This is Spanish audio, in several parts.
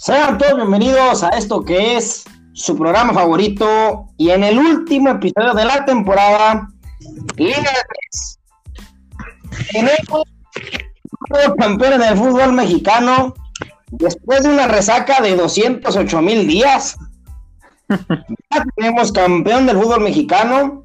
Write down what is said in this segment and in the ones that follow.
Sean todos bienvenidos a esto que es su programa favorito y en el último episodio de la temporada, Liga de Tres. Tenemos campeones del fútbol mexicano después de una resaca de 208,000 días. Ya tenemos campeón del fútbol mexicano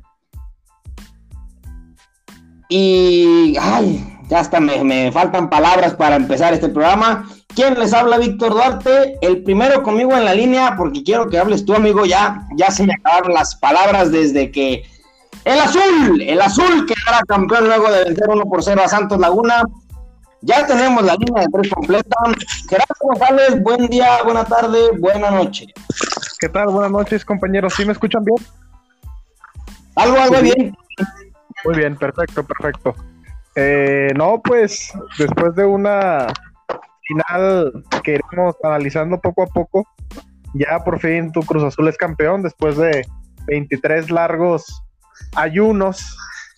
y ya hasta me faltan palabras para empezar este programa. ¿Quién les habla? Víctor Duarte, el primero conmigo en la línea, porque quiero que hables tú, amigo. Ya se me acabaron las palabras desde que el azul quedará campeón luego de vencer 1-0 a Santos Laguna. Ya tenemos la línea de tres completa. Gerardo González, buen día, buena tarde, buena noche. ¿Qué tal? Buenas noches, compañeros. ¿Sí me escuchan bien? Algo bien. Muy bien, perfecto. No, pues, después de una final que iremos analizando poco a poco, ya por fin tu Cruz Azul es campeón después de 23 largos ayunos,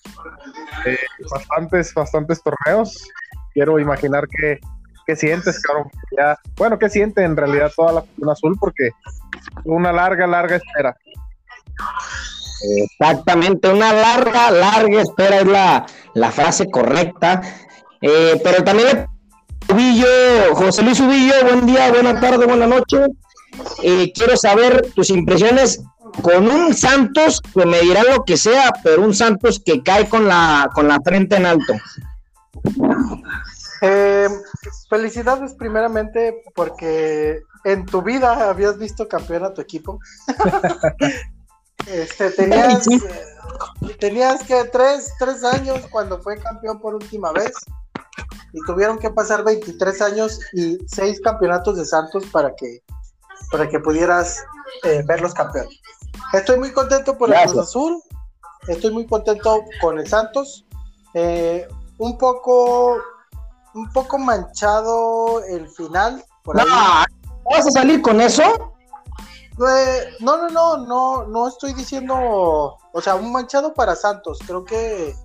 bastantes torneos. Quiero imaginar qué sientes, cabrón. ¿Qué siente en realidad toda la afición azul? Porque una larga espera. Exactamente, una larga espera es la frase correcta. Pero también José Luis Ubillo, buen día, buena tarde, buena noche. Quiero saber tus impresiones con un Santos que me dirá lo que sea, pero un Santos que cae con la frente en alto. Felicidades primeramente porque en tu vida habías visto campeón a tu equipo. Tenías que 3 años cuando fue campeón por última vez y tuvieron que pasar 23 años y 6 campeonatos de Santos para que pudieras verlos campeón. Estoy muy contento por el Cruz Azul, estoy muy contento con el Santos, un poco manchado el final por ahí. ¿Vas a salir con eso? No estoy diciendo, o sea, un manchado para Santos. Creo que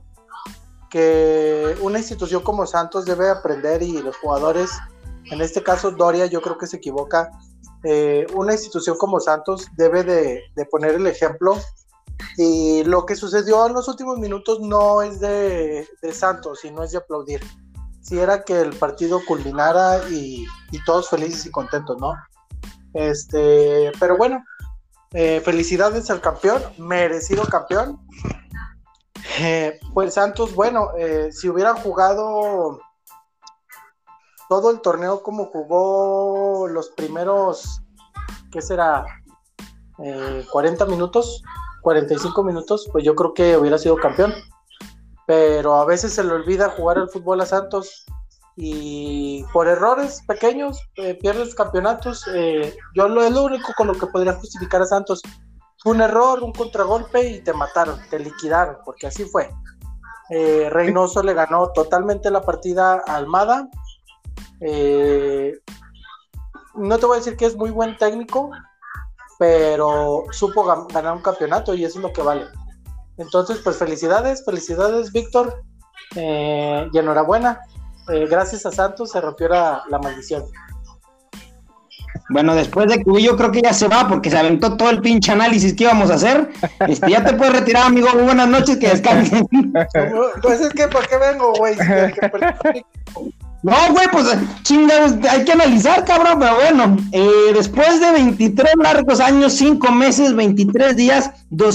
una institución como Santos debe aprender, y los jugadores, en este caso Doria, yo creo que se equivoca. Una institución como Santos debe de poner el ejemplo, y lo que sucedió en los últimos minutos no es de Santos y no es de aplaudir. Si era que el partido culminara y todos felices y contentos, ¿no? Pero bueno, felicidades al campeón, merecido campeón. Pues Santos, bueno, si hubiera jugado todo el torneo como jugó los primeros, ¿qué será? 40 minutos, 45 minutos, pues yo creo que hubiera sido campeón. Pero a veces se le olvida jugar al fútbol a Santos y por errores pequeños pierdes campeonatos. Es lo único con lo que podría justificar a Santos. Fue un error, un contragolpe y te mataron, te liquidaron, porque así fue. Reynoso le ganó totalmente la partida a Almada. No te voy a decir que es muy buen técnico, pero supo ganar un campeonato y eso es lo que vale. Entonces, pues felicidades Víctor, y enhorabuena. Gracias a Santos se rompió la maldición. Bueno, después de que yo creo que ya se va porque se aventó todo el pinche análisis que íbamos a hacer. Ya te puedes retirar, amigo. Muy buenas noches, que descansen. Pues es que, ¿por qué vengo, güey? No, güey, pues chingados, hay que analizar, cabrón. Pero bueno, después de 23 largos años, 5 meses, 23 días,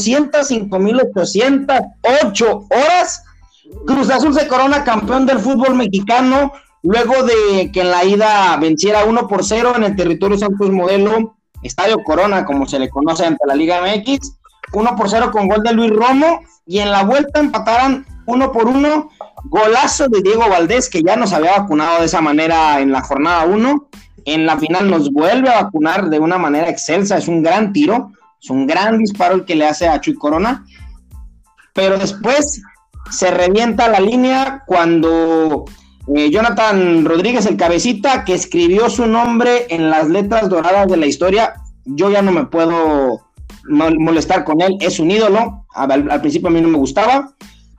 205,808 horas, Cruz Azul se corona campeón del fútbol mexicano, luego de que en la ida venciera 1-0 en el territorio Santos Modelo, Estadio Corona, como se le conoce ante la Liga MX, 1-0 con gol de Luis Romo, y en la vuelta empataran 1-1, golazo de Diego Valdés, que ya nos había vacunado de esa manera en la jornada 1, en la final nos vuelve a vacunar de una manera excelsa, es un gran tiro, es un gran disparo el que le hace a Chuy Corona, pero después se revienta la línea cuando Jonathan Rodríguez, el cabecita, que escribió su nombre en las letras doradas de la historia, yo ya no me puedo molestar con él, es un ídolo, al principio a mí no me gustaba,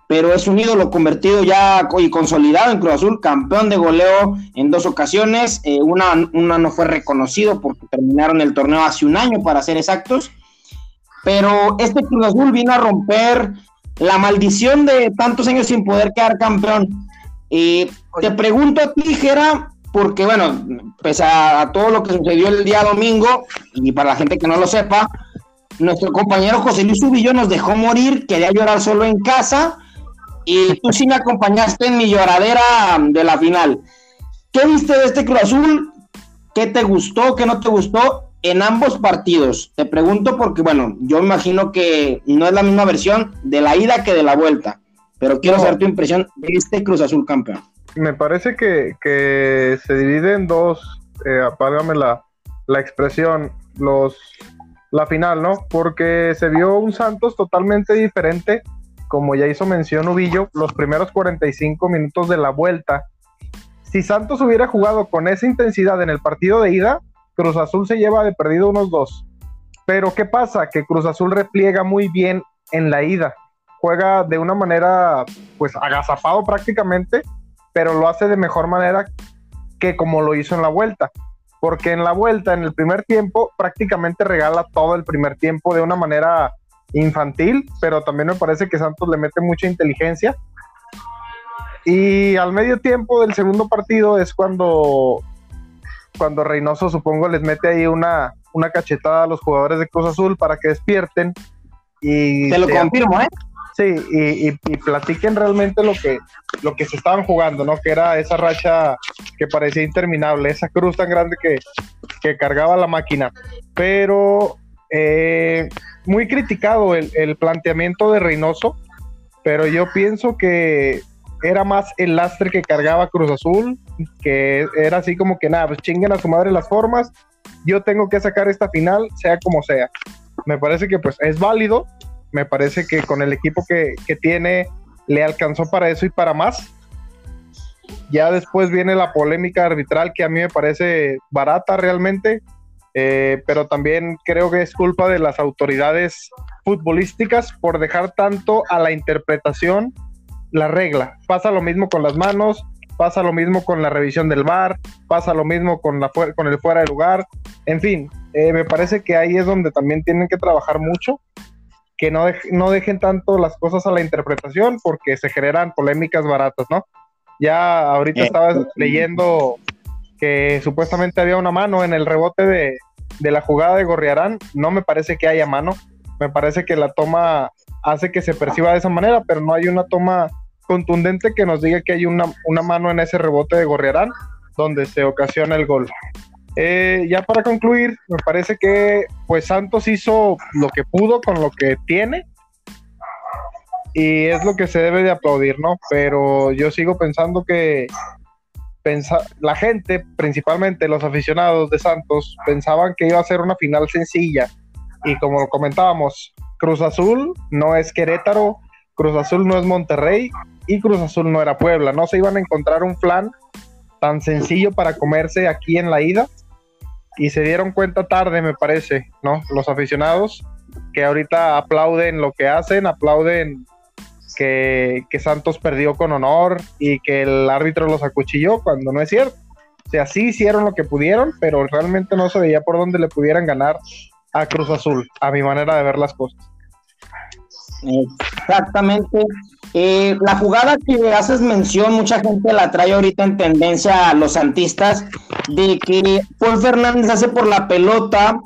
pero es un ídolo convertido ya y consolidado en Cruz Azul, campeón de goleo en 2 ocasiones, una no fue reconocido porque terminaron el torneo hace un año, para ser exactos, pero este Cruz Azul vino a romper la maldición de tantos años sin poder quedar campeón. Te pregunto a ti, Jera, porque bueno, pese a todo lo que sucedió el día domingo, y para la gente que no lo sepa, nuestro compañero José Luis Ubillo nos dejó morir, quería llorar solo en casa, y tú sí me acompañaste en mi lloradera de la final. ¿Qué viste de este Cruz Azul? ¿Qué te gustó? ¿Qué no te gustó en ambos partidos? Te pregunto porque, bueno, yo imagino que no es la misma versión de la ida que de la vuelta, pero quiero saber tu impresión de este Cruz Azul campeón. Me parece que se divide en dos, apágame la expresión, la final, ¿no? Porque se vio un Santos totalmente diferente, como ya hizo mención Ubillo, los primeros 45 minutos de la vuelta. Si Santos hubiera jugado con esa intensidad en el partido de ida, Cruz Azul se lleva de perdido unos 2. Pero ¿qué pasa? Que Cruz Azul repliega muy bien en la ida. Juega de una manera, pues, agazapado prácticamente, pero lo hace de mejor manera que como lo hizo en la vuelta. Porque en la vuelta, en el primer tiempo, prácticamente regala todo el primer tiempo de una manera infantil, pero también me parece que Santos le mete mucha inteligencia. Y al medio tiempo del segundo partido es cuando Reynoso, supongo, les mete ahí una cachetada a los jugadores de Cruz Azul para que despierten. Y te lo confirmo, ¿eh? Sí, y platiquen realmente lo que se estaban jugando, ¿no? Que era esa racha que parecía interminable, esa cruz tan grande que cargaba la máquina. Pero muy criticado el planteamiento de Reynoso, pero yo pienso que era más el lastre que cargaba Cruz Azul, que era así como que nada, pues chinguen a su madre las formas, yo tengo que sacar esta final, sea como sea. Me parece que pues es válido. Me parece que con el equipo que tiene le alcanzó para eso y para más. Ya después viene la polémica arbitral que a mí me parece barata realmente, pero también creo que es culpa de las autoridades futbolísticas por dejar tanto a la interpretación la regla. Pasa lo mismo con las manos, pasa lo mismo con la revisión del VAR, pasa lo mismo con el fuera de lugar. En fin, me parece que ahí es donde también tienen que trabajar mucho, que no dejen tanto las cosas a la interpretación porque se generan polémicas baratas, ¿no? Ya ahorita estaba leyendo que supuestamente había una mano en el rebote de la jugada de Gorriarán. No me parece que haya mano, me parece que la toma hace que se perciba de esa manera, pero no hay una toma contundente que nos diga que hay una mano en ese rebote de Gorriarán donde se ocasiona el gol. Ya para concluir, me parece que pues Santos hizo lo que pudo con lo que tiene y es lo que se debe de aplaudir, ¿no? Pero yo sigo pensando que la gente, principalmente los aficionados de Santos, pensaban que iba a ser una final sencilla y como lo comentábamos, Cruz Azul no es Querétaro, Cruz Azul no es Monterrey y Cruz Azul no era Puebla, no se iban a encontrar un flan tan sencillo para comerse aquí en la ida. Y se dieron cuenta tarde, me parece, ¿no? Los aficionados que ahorita aplauden lo que hacen, aplauden que Santos perdió con honor y que el árbitro los acuchilló, cuando no es cierto. O sea, sí hicieron lo que pudieron, pero realmente no se veía por dónde le pudieran ganar a Cruz Azul, a mi manera de ver las cosas. Exactamente. La jugada que haces mención, mucha gente la trae ahorita en tendencia a los santistas, de que Paul Fernández hace por la pelota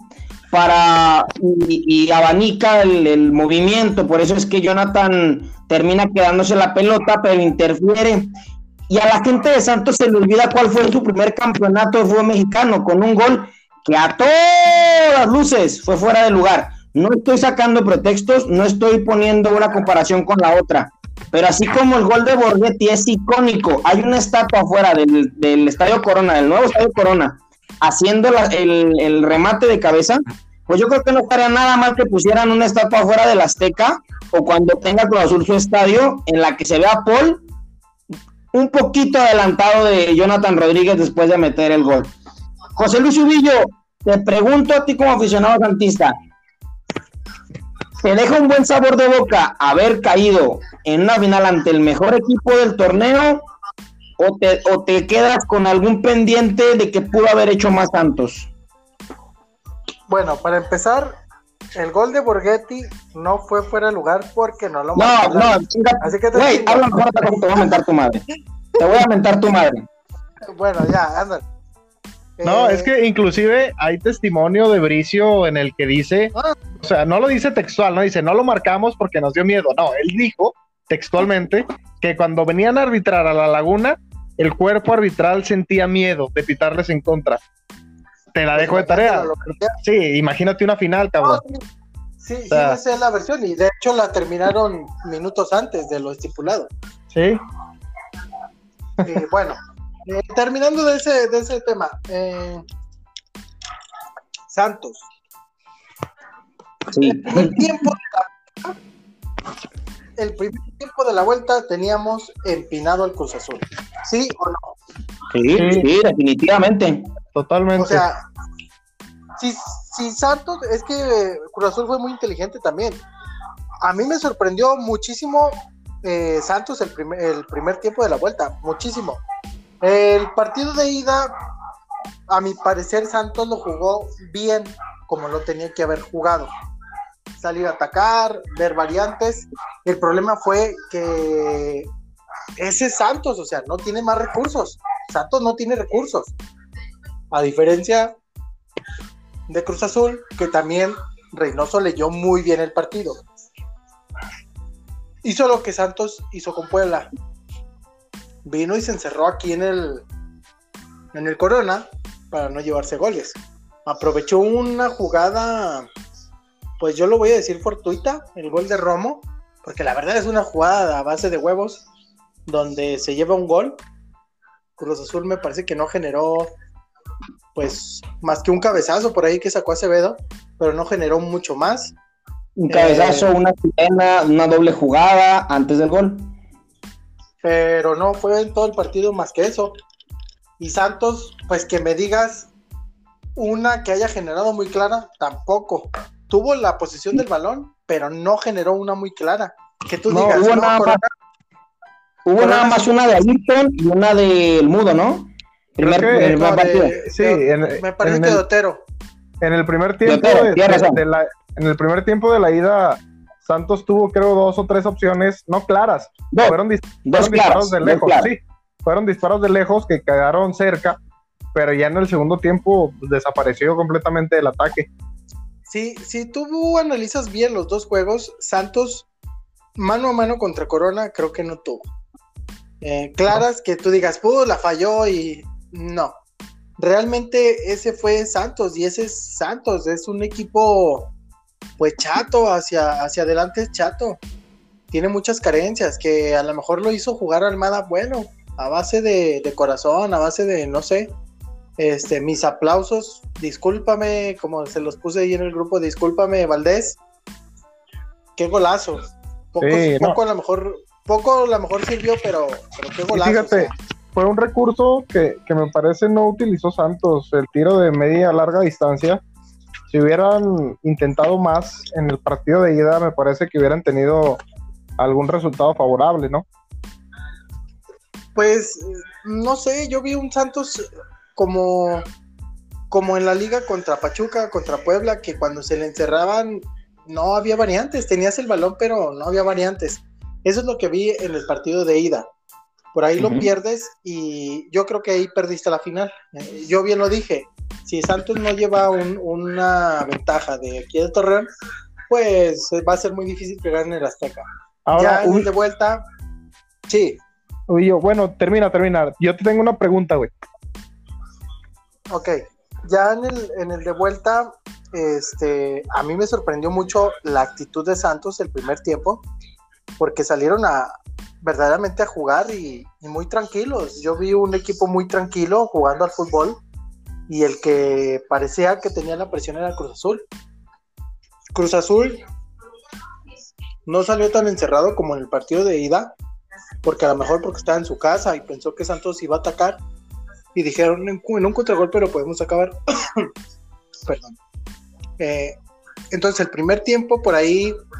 y abanica el movimiento, por eso es que Jonathan termina quedándose la pelota, pero interfiere. Y a la gente de Santos se le olvida cuál fue su primer campeonato de fútbol mexicano, con un gol que a todas luces fue fuera de lugar. No estoy sacando pretextos, no estoy poniendo una comparación con la otra, pero así como el gol de Borghetti es icónico, hay una estatua afuera del Estadio Corona, del nuevo Estadio Corona, haciendo el remate de cabeza, pues yo creo que no estaría nada mal que pusieran una estatua afuera del Azteca, o cuando tenga Cruz Azul su estadio, en la que se vea a Paul un poquito adelantado de Jonathan Rodríguez después de meter el gol. José Luis Ubillo, te pregunto a ti como aficionado santista, ¿Te deja un buen sabor de boca haber caído en una final ante el mejor equipo del torneo o te quedas con algún pendiente de que pudo haber hecho más Santos? Bueno, para empezar, el gol de Borghetti no fue fuera de lugar porque no lo No, chinga. Así que güey, habla mejor, te voy a mentar tu madre. Te voy a mentar tu madre. Bueno, ya, ándale. No, es que inclusive hay testimonio de Bricio en el que dice, o sea, no lo dice textual, no dice, no lo marcamos porque nos dio miedo, no, él dijo textualmente que cuando venían a arbitrar a la Laguna, el cuerpo arbitral sentía miedo de pitarles en contra. Te la dejo de tarea. Sí, imagínate una final, cabrón. Sí, esa es la versión y de hecho la terminaron minutos antes de lo estipulado. Sí. Bueno, terminando de ese tema, Santos. Sí. El primer tiempo de la vuelta teníamos empinado al Cruz Azul. ¿Sí o no? Sí, definitivamente. Totalmente. O sea, si Santos, es que Cruz Azul fue muy inteligente también. A mí me sorprendió muchísimo Santos el primer tiempo de la vuelta, muchísimo. El partido de ida, a mi parecer, Santos lo jugó bien, como lo tenía que haber jugado. Salir a atacar, ver variantes. El problema fue que ese es Santos, o sea, no tiene más recursos. Santos no tiene recursos. A diferencia de Cruz Azul, que también Reynoso leyó muy bien el partido. Hizo lo que Santos hizo con Puebla. Vino y se encerró aquí en el Corona para no llevarse goles. Aprovechó una jugada, pues yo lo voy a decir fortuita, el gol de Romo, porque la verdad es una jugada a base de huevos donde se lleva un gol. Cruz Azul me parece que no generó pues más que un cabezazo por ahí que sacó Acevedo, pero no generó mucho más. Un cabezazo, una chilena, una doble jugada antes del gol. Pero no fue en todo el partido más que eso. Y Santos, pues que me digas una que haya generado muy clara, tampoco. Tuvo la posesión del balón, pero no generó una muy clara. Que tú digas, hubo nada más una de Ayrton y una del Mudo, ¿no? Me parece que de Otero. En el primer tiempo en el primer tiempo de la ida, Santos tuvo, creo, 2 o 3 opciones no claras. Fueron disparos de lejos. Sí, fueron disparos de lejos que quedaron cerca, pero ya en el segundo tiempo desapareció completamente el ataque. Sí, si tú analizas bien los dos juegos, Santos mano a mano contra Corona creo que no tuvo. Claras que tú digas, la falló y no. Realmente ese fue Santos y ese es Santos, es un equipo pues chato, hacia adelante es chato. Tiene muchas carencias que a lo mejor lo hizo jugar Almada, bueno, a base de corazón, a base de, no sé, mis aplausos, discúlpame, como se los puse ahí en el grupo, discúlpame Valdés, qué golazo. Poco a lo mejor sirvió, pero qué golazo. Y fíjate, fue un recurso que me parece no utilizó Santos, el tiro de media a larga distancia. Si hubieran intentado más en el partido de ida, me parece que hubieran tenido algún resultado favorable, ¿no? Pues, no sé, yo vi un Santos como en la liga contra Pachuca, contra Puebla, que cuando se le encerraban no había variantes, tenías el balón, pero no había variantes. Eso es lo que vi en el partido de ida. Por ahí lo pierdes y yo creo que ahí perdiste la final. Yo bien lo dije, si Santos no lleva una ventaja de aquí de Torreón, pues va a ser muy difícil pegar en el Azteca. Ahora, ya de vuelta, sí. Bueno, termina. Yo te tengo una pregunta, güey. Ok, ya en el de vuelta, a mí me sorprendió mucho la actitud de Santos el primer tiempo, porque salieron verdaderamente a jugar y muy tranquilos. Yo vi un equipo muy tranquilo jugando al fútbol y el que parecía que tenía la presión era Cruz Azul. Cruz Azul no salió tan encerrado como en el partido de ida, porque a lo mejor porque estaba en su casa y pensó que Santos iba a atacar y dijeron en un contragolpe lo podemos acabar. Perdón. Entonces el primer tiempo por ahí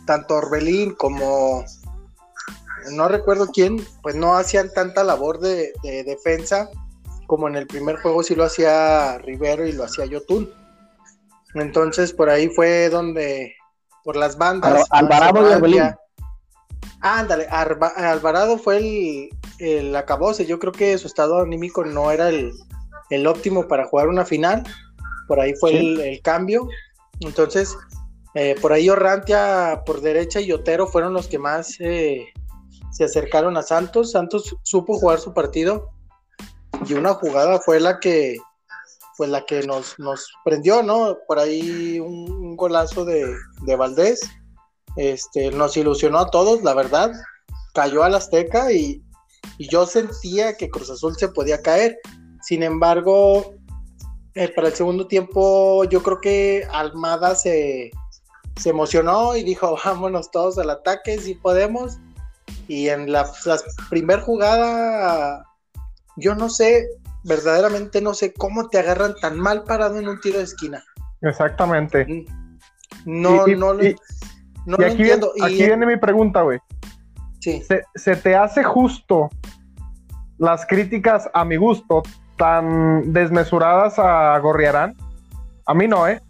tanto Orbelín como no recuerdo quién, pues no hacían tanta labor de defensa como en el primer juego sí lo hacía Rivero y lo hacía Yotun. Entonces por ahí fue donde, por las bandas, Alvarado y Orbelín. Ándale, Alvarado fue el acabose. Yo creo que su estado anímico no era el óptimo para jugar una final. Por ahí fue el cambio. Entonces, por ahí Orrantia por derecha y Otero fueron los que más se acercaron a Santos. Santos supo jugar su partido y una jugada fue la que nos prendió, ¿no? Por ahí un golazo de Valdés. Nos ilusionó a todos, la verdad. Cayó al Azteca y yo sentía que Cruz Azul se podía caer. Sin embargo, para el segundo tiempo yo creo que Almada se emocionó y dijo, vámonos todos al ataque si podemos. Y en la primer jugada, yo no sé, verdaderamente no sé cómo te agarran tan mal parado en un tiro de esquina. Exactamente. No lo entiendo. Aquí viene mi pregunta, güey. Sí. ¿Se te hace justo las críticas, a mi gusto, tan desmesuradas a Gorriarán? A mí no, ¿eh?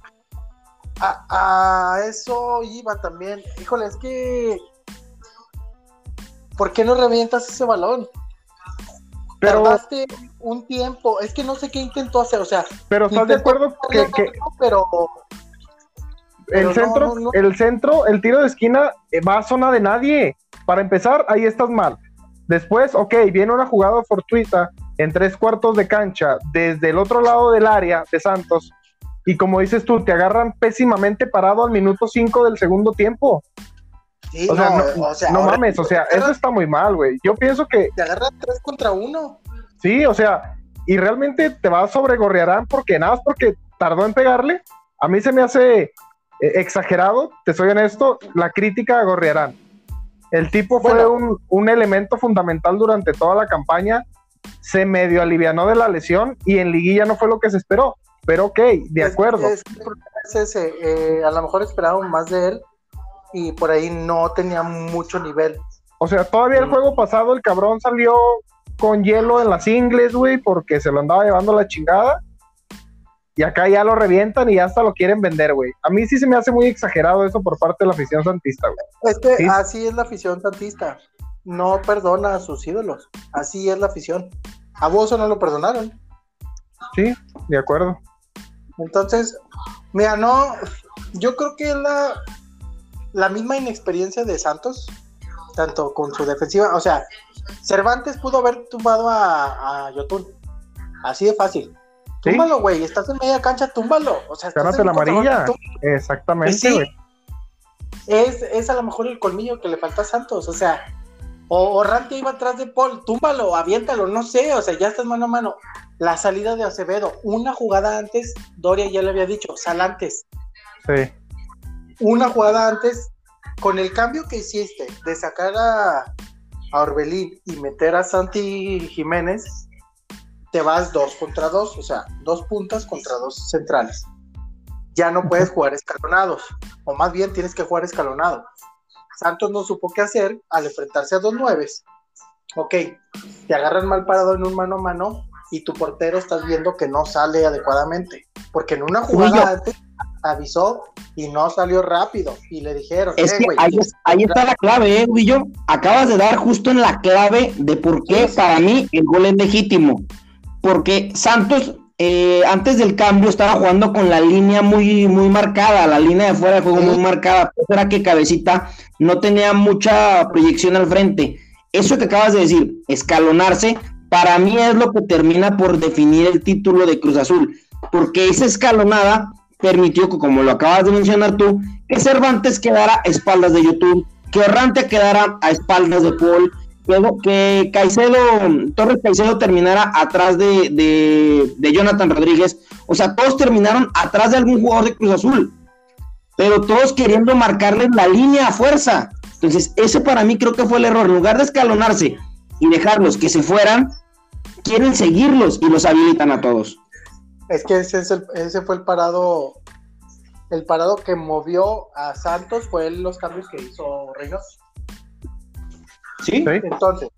A eso iba también. Híjole, es que ¿por qué no revientas ese balón? Pero tardaste un tiempo, es que no sé qué intentó hacer, o sea, pero ¿estás de acuerdo que pero el centro, no. el tiro de esquina va a zona de nadie? Para empezar, ahí estás mal. Después, viene una jugada fortuita en 3/4 de cancha desde el otro lado del área de Santos y como dices tú, te agarran pésimamente parado al minuto 5 del segundo tiempo. Sí, no mames, eso está muy mal, güey. Yo pienso que te agarran 3 contra 1. Sí, y realmente te vas sobre Gorriarán porque nada más porque tardó en pegarle. A mí se me hace exagerado, te soy honesto, la crítica a Gorriarán. El tipo fue un elemento fundamental durante toda la campaña, se medio alivianó de la lesión y en liguilla no fue lo que se esperó, pero de acuerdo. A lo mejor esperaban más de él y por ahí no tenía mucho nivel. Todavía el juego pasado el cabrón salió con hielo en las ingles, güey, porque se lo andaba llevando la chingada. Y acá ya lo revientan y ya hasta lo quieren vender, güey. A mí sí se me hace muy exagerado eso por parte de la afición santista, güey. Es que ¿sí? Así es la afición santista. No perdona a sus ídolos. Así es la afición. A Bozo no lo perdonaron. Sí, de acuerdo. Entonces, mira, yo creo que la misma inexperiencia de Santos, tanto con su defensiva, Cervantes pudo haber tumbado a Yotun, así de fácil. ¿Sí? Túmbalo, güey, estás en media cancha, túmbalo. Gánate la amarilla. Exactamente, güey. Es a lo mejor el colmillo que le falta a Santos, o Rantia iba atrás de Paul, túmbalo, aviéntalo, no sé, ya estás mano a mano. La salida de Acevedo, una jugada antes, Doria ya le había dicho, sal antes. Sí. Una jugada antes, con el cambio que hiciste de sacar a Orbelín y meter a Santi Jiménez, te vas 2 contra 2, 2 puntas contra 2 centrales. Ya no puedes jugar escalonados, o más bien tienes que jugar escalonado. Santos no supo qué hacer al enfrentarse a 2 nueves. Te agarran mal parado en un mano a mano y tu portero estás viendo que no sale adecuadamente, porque en una jugada antes avisó y no salió rápido y le dijeron ahí está la clave, Guillo. Acabas de dar justo en la clave de por qué para mí el gol es legítimo, porque Santos antes del cambio estaba jugando con la línea muy, muy marcada, la línea de fuera de juego muy marcada, pues era que Cabecita no tenía mucha proyección al frente. Eso que acabas de decir, escalonarse, para mí es lo que termina por definir el título de Cruz Azul, porque esa escalonada permitió que, como lo acabas de mencionar tú, que Cervantes quedara a espaldas de YouTube, que Orrantia quedara a espaldas de Paul, que Torres Caicedo terminara atrás de Jonathan Rodríguez. Todos terminaron atrás de algún jugador de Cruz Azul, pero todos queriendo marcarles la línea a fuerza. Entonces ese para mí creo que fue el error. En lugar de escalonarse y dejarlos que se fueran, quieren seguirlos y los habilitan a todos. Es que ese fue el parado el parado que movió a Santos fue los cambios que hizo Reynoso. ¿Sí? Entonces,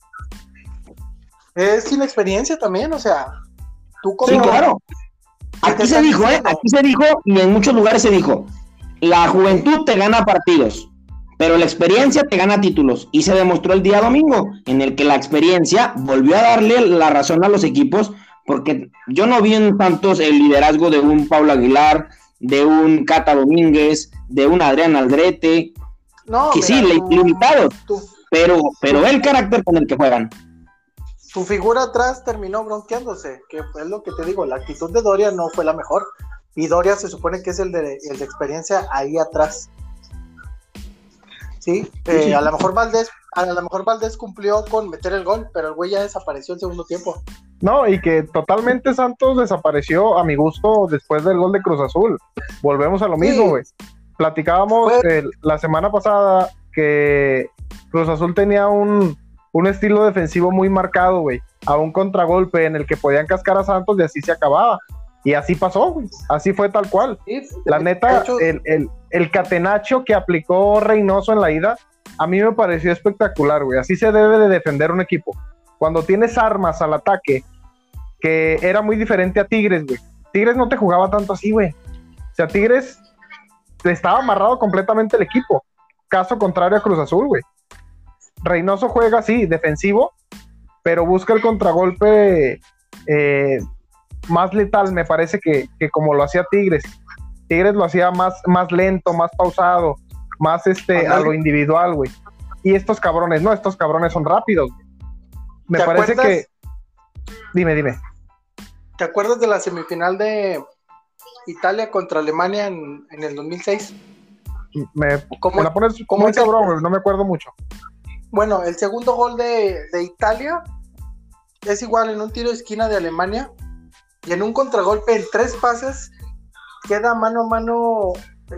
es inexperiencia también, o sea, tú como... Sí, claro. Aquí se dijo, aquí se dijo, y en muchos lugares se dijo, la juventud te gana partidos, pero la experiencia te gana títulos, y se demostró el día domingo, en el que la experiencia volvió a darle la razón a los equipos, porque yo no vi en Santos el liderazgo de un Paulo Aguilar, de un Cata Domínguez, de un Adrián Aldrete, no, que mira, sí, limitados, pero el carácter con el que juegan. Tu figura atrás terminó bronqueándose, que es lo que te digo, la actitud de Doria no fue la mejor, y Doria se supone que es el de experiencia ahí atrás. Sí, Sí. a lo mejor Valdés cumplió con meter el gol, pero el güey ya desapareció el segundo tiempo. No, y que totalmente Santos desapareció a mi gusto después del gol de Cruz Azul. Volvemos a lo mismo, güey. Platicábamos la semana pasada que Cruz Azul tenía un estilo defensivo muy marcado, güey. A un contragolpe en el que podían cascar a Santos y así se acababa. Y así pasó, güey. Así fue tal cual. Sí, la neta, hecho, el catenacho que aplicó Reynoso en la ida, a mí me pareció espectacular, güey. Así se debe de defender un equipo. Cuando tienes armas al ataque, que era muy diferente a Tigres, güey. Tigres no te jugaba tanto así, güey. O sea, Tigres estaba amarrado completamente el equipo. Caso contrario a Cruz Azul, güey. Reynoso juega así, defensivo, pero busca el contragolpe más letal, me parece que como lo hacía Tigres. Tigres lo hacía más lento, más pausado, más a lo individual, güey. Y estos cabrones son rápidos, güey. Me parece que... Dime. ¿Te acuerdas de la semifinal de Italia contra Alemania en el 2006? Me la pones como un cabrón, güey, no me acuerdo mucho. Bueno, el segundo gol de Italia es igual en un tiro de esquina de Alemania y en un contragolpe en 3 pases queda mano a mano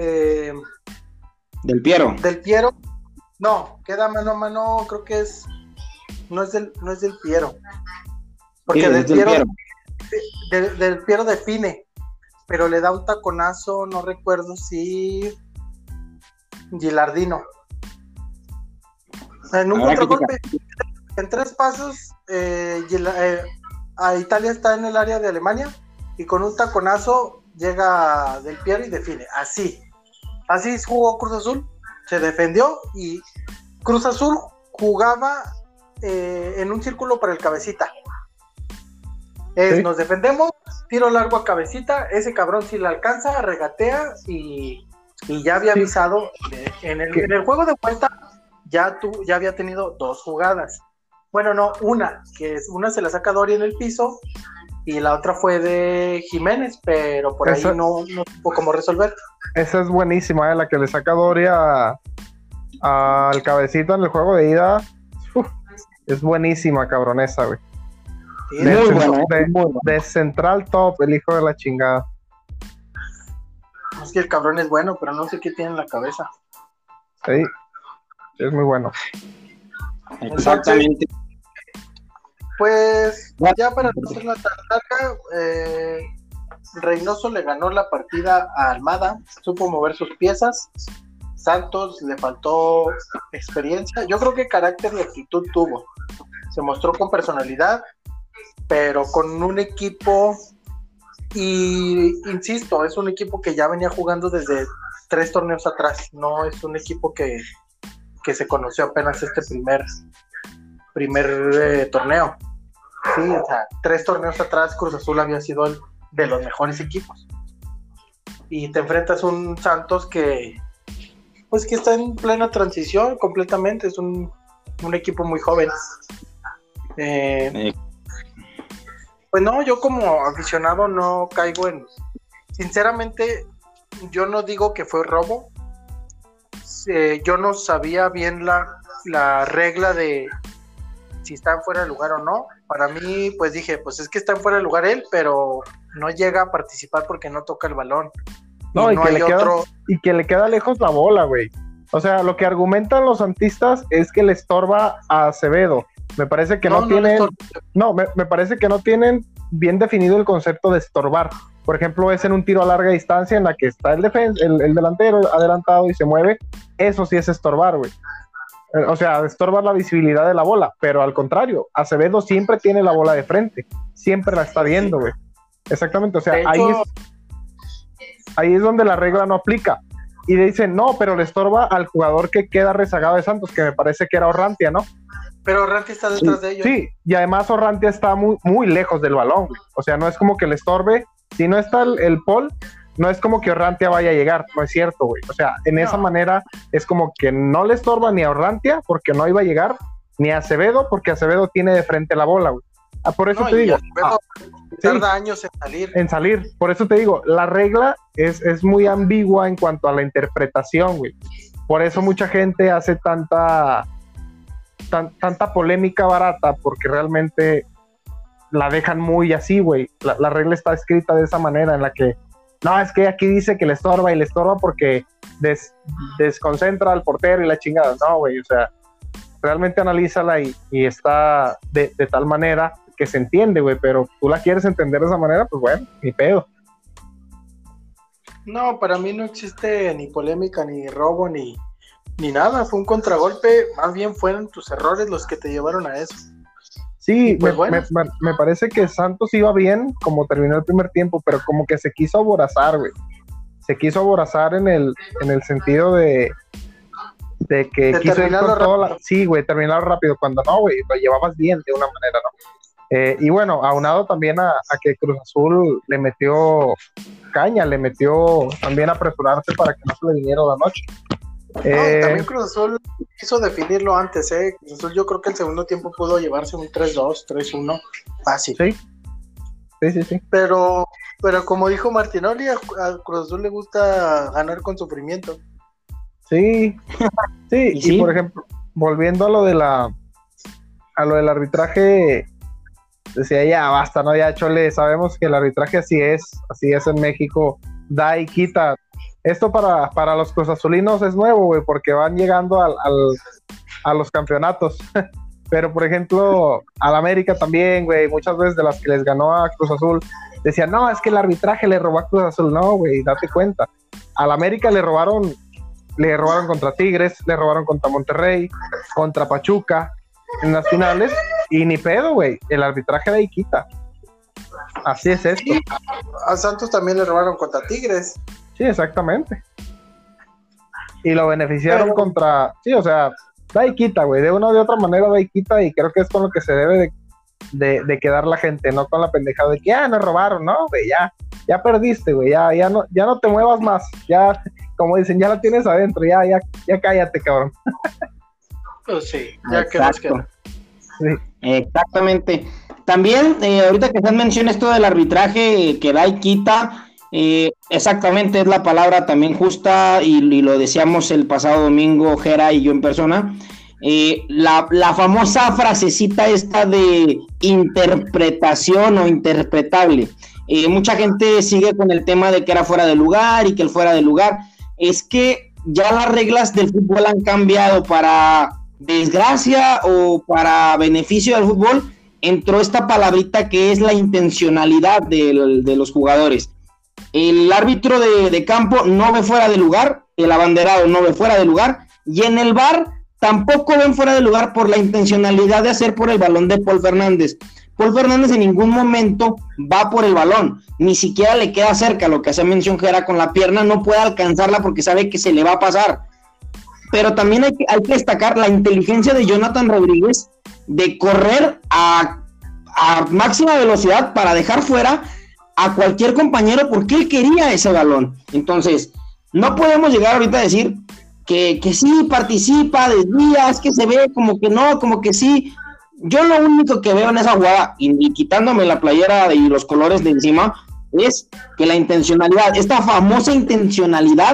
Del Piero. No, queda mano a mano, creo que no es del Piero. Porque sí, del Piero define, pero le da un taconazo, no recuerdo si Gilardino. En un contragolpe, en 3 pasos, a Italia está en el área de Alemania y con un taconazo llega Del Piero y define. Así jugó Cruz Azul, se defendió y Cruz Azul jugaba en un círculo para el Cabecita. ¿Sí? Nos defendemos, tiro largo a Cabecita, ese cabrón si la alcanza, regatea y ya había avisado en el juego de vuelta. Ya había tenido 2 jugadas. Bueno, no, una se la saca Doria en el piso y la otra fue de Jiménez, pero por ahí no supo cómo resolver. Esa es buenísima, la que le saca Doria al Cabecita en el juego de ida. Es buenísima, cabronesa, güey. Sí, de central top, el hijo de la chingada. Es que el cabrón es bueno, pero no sé qué tiene en la cabeza. Sí. Es muy bueno. Exactamente. Pues ya para no hacer una tan larga, Reynoso le ganó la partida a Almada, supo mover sus piezas. Santos le faltó experiencia. Yo creo que carácter y actitud tuvo. Se mostró con personalidad, pero con un equipo, y insisto, es un equipo que ya venía jugando desde 3 torneos atrás. No es un equipo que se conoció apenas este primer torneo. Sí, o sea, 3 torneos atrás Cruz Azul había sido el de los mejores equipos. Y te enfrentas a un Santos que está en plena transición completamente, es un equipo muy joven. Pues no, yo como aficionado no caigo en... Sinceramente, yo no digo que fue robo. Yo no sabía bien la regla de si está en fuera de lugar o no. Para mí, pues dije, pues es que está en fuera de lugar él, pero no llega a participar porque no toca el balón. No, y que le queda lejos la bola, güey. O sea, lo que argumentan los santistas es que le estorba a Acevedo. Me parece que me parece que no tienen bien definido el concepto de estorbar. por ejemplo, es en un tiro a larga distancia en la que está el delantero adelantado y se mueve, eso sí es estorbar, güey. O sea, estorbar la visibilidad de la bola, pero al contrario, Acevedo siempre tiene la bola de frente, siempre la está viendo, güey. Exactamente, o sea, ahí es donde la regla no aplica. Y dicen, no, pero le estorba al jugador que queda rezagado de Santos, que me parece que era Orrantia, ¿no? Pero Orrantia está detrás de ellos. Sí, y además Orrantia está muy, muy lejos del balón, güey. O sea, no es como que le estorbe. Si no está el Paul, no es como que Orrantia vaya a llegar, no es cierto, güey. O sea, en esa manera es como que no le estorba ni a Orrantia, porque no iba a llegar, ni a Acevedo, porque Acevedo tiene de frente la bola, güey. Por eso te digo. Tarda años en salir. Por eso te digo, la regla es muy ambigua en cuanto a la interpretación, güey. Por eso mucha gente hace tanta polémica barata, porque realmente la dejan muy así, güey. La regla está escrita de esa manera, en la que, no, es que aquí dice que le estorba, y le estorba porque desconcentra al portero y la chingada. No, güey, o sea, realmente analízala y está de tal manera que se entiende, güey, pero tú la quieres entender de esa manera, pues bueno, ni pedo. No, para mí no existe ni polémica, ni robo, ni nada. Fue un contragolpe, más bien fueron tus errores los que te llevaron a eso. Sí, pues me parece que Santos iba bien como terminó el primer tiempo, pero como que se quiso aborazar, güey. Se quiso aborazar en el sentido de que quiso ir con todo. Sí, güey, terminarlo rápido, cuando no, güey, lo llevabas bien de una manera, ¿no? Y bueno, aunado también a que Cruz Azul le metió caña, le metió también apresurarse para que no se le viniera la noche. También Cruz Azul quiso definirlo antes, Cruz Azul, yo creo que el segundo tiempo pudo llevarse un 3-2, 3-1 fácil. Sí. Pero como dijo Martinoli, a Cruz Azul le gusta ganar con sufrimiento. Sí. Y por ejemplo, volviendo a lo del arbitraje, decía, ya basta, ¿no? Ya, Chole, sabemos que el arbitraje así es en México, da y quita. Esto para los cruzazulinos es nuevo, güey, porque van llegando a los campeonatos. Pero, por ejemplo, al América también, güey, muchas veces de las que les ganó a Cruz Azul, decían, no, es que el arbitraje le robó a Cruz Azul. No, güey, date cuenta. Al América le robaron contra Tigres, le robaron contra Monterrey, contra Pachuca, en las finales, y ni pedo, güey, el arbitraje de ahí quita. Así es esto. Sí, a Santos también le robaron contra Tigres. Sí, exactamente. Y lo beneficiaron contra... Sí, o sea, da y quita, güey, de una u otra manera da y quita, y creo que es con lo que se debe de quedar la gente, no con la pendejada de que, nos robaron, no, güey, ya perdiste, güey, ya no te muevas más, ya, como dicen, ya la tienes adentro, ya cállate, cabrón. Pues sí, ya que nos queda. Sí. Exactamente. También, ahorita que se menciona esto del arbitraje que da y quita, exactamente es la palabra también justa, y lo decíamos el pasado domingo, Jera y yo en persona, la famosa frasecita esta de interpretación o interpretable. Mucha gente sigue con el tema de que era fuera de lugar y que el fuera de lugar. Es que ya las reglas del fútbol han cambiado. Para desgracia o para beneficio del fútbol, entró esta palabrita que es la intencionalidad de los jugadores. El árbitro de campo no ve fuera de lugar, el abanderado no ve fuera de lugar, y en el VAR tampoco ven fuera de lugar por la intencionalidad de hacer por el balón de Paul Fernández. Paul Fernández en ningún momento va por el balón, ni siquiera le queda cerca, lo que hace mención Jera con la pierna, no puede alcanzarla porque sabe que se le va a pasar. Pero también hay que destacar la inteligencia de Jonathan Rodríguez de correr a máxima velocidad para dejar fuera a cualquier compañero porque él quería ese balón. Entonces, no podemos llegar ahorita a decir que sí participa, desvía, es que se ve como que no, como que sí. Yo lo único que veo en esa jugada, y quitándome la playera y los colores de encima, es que la intencionalidad, esta famosa intencionalidad,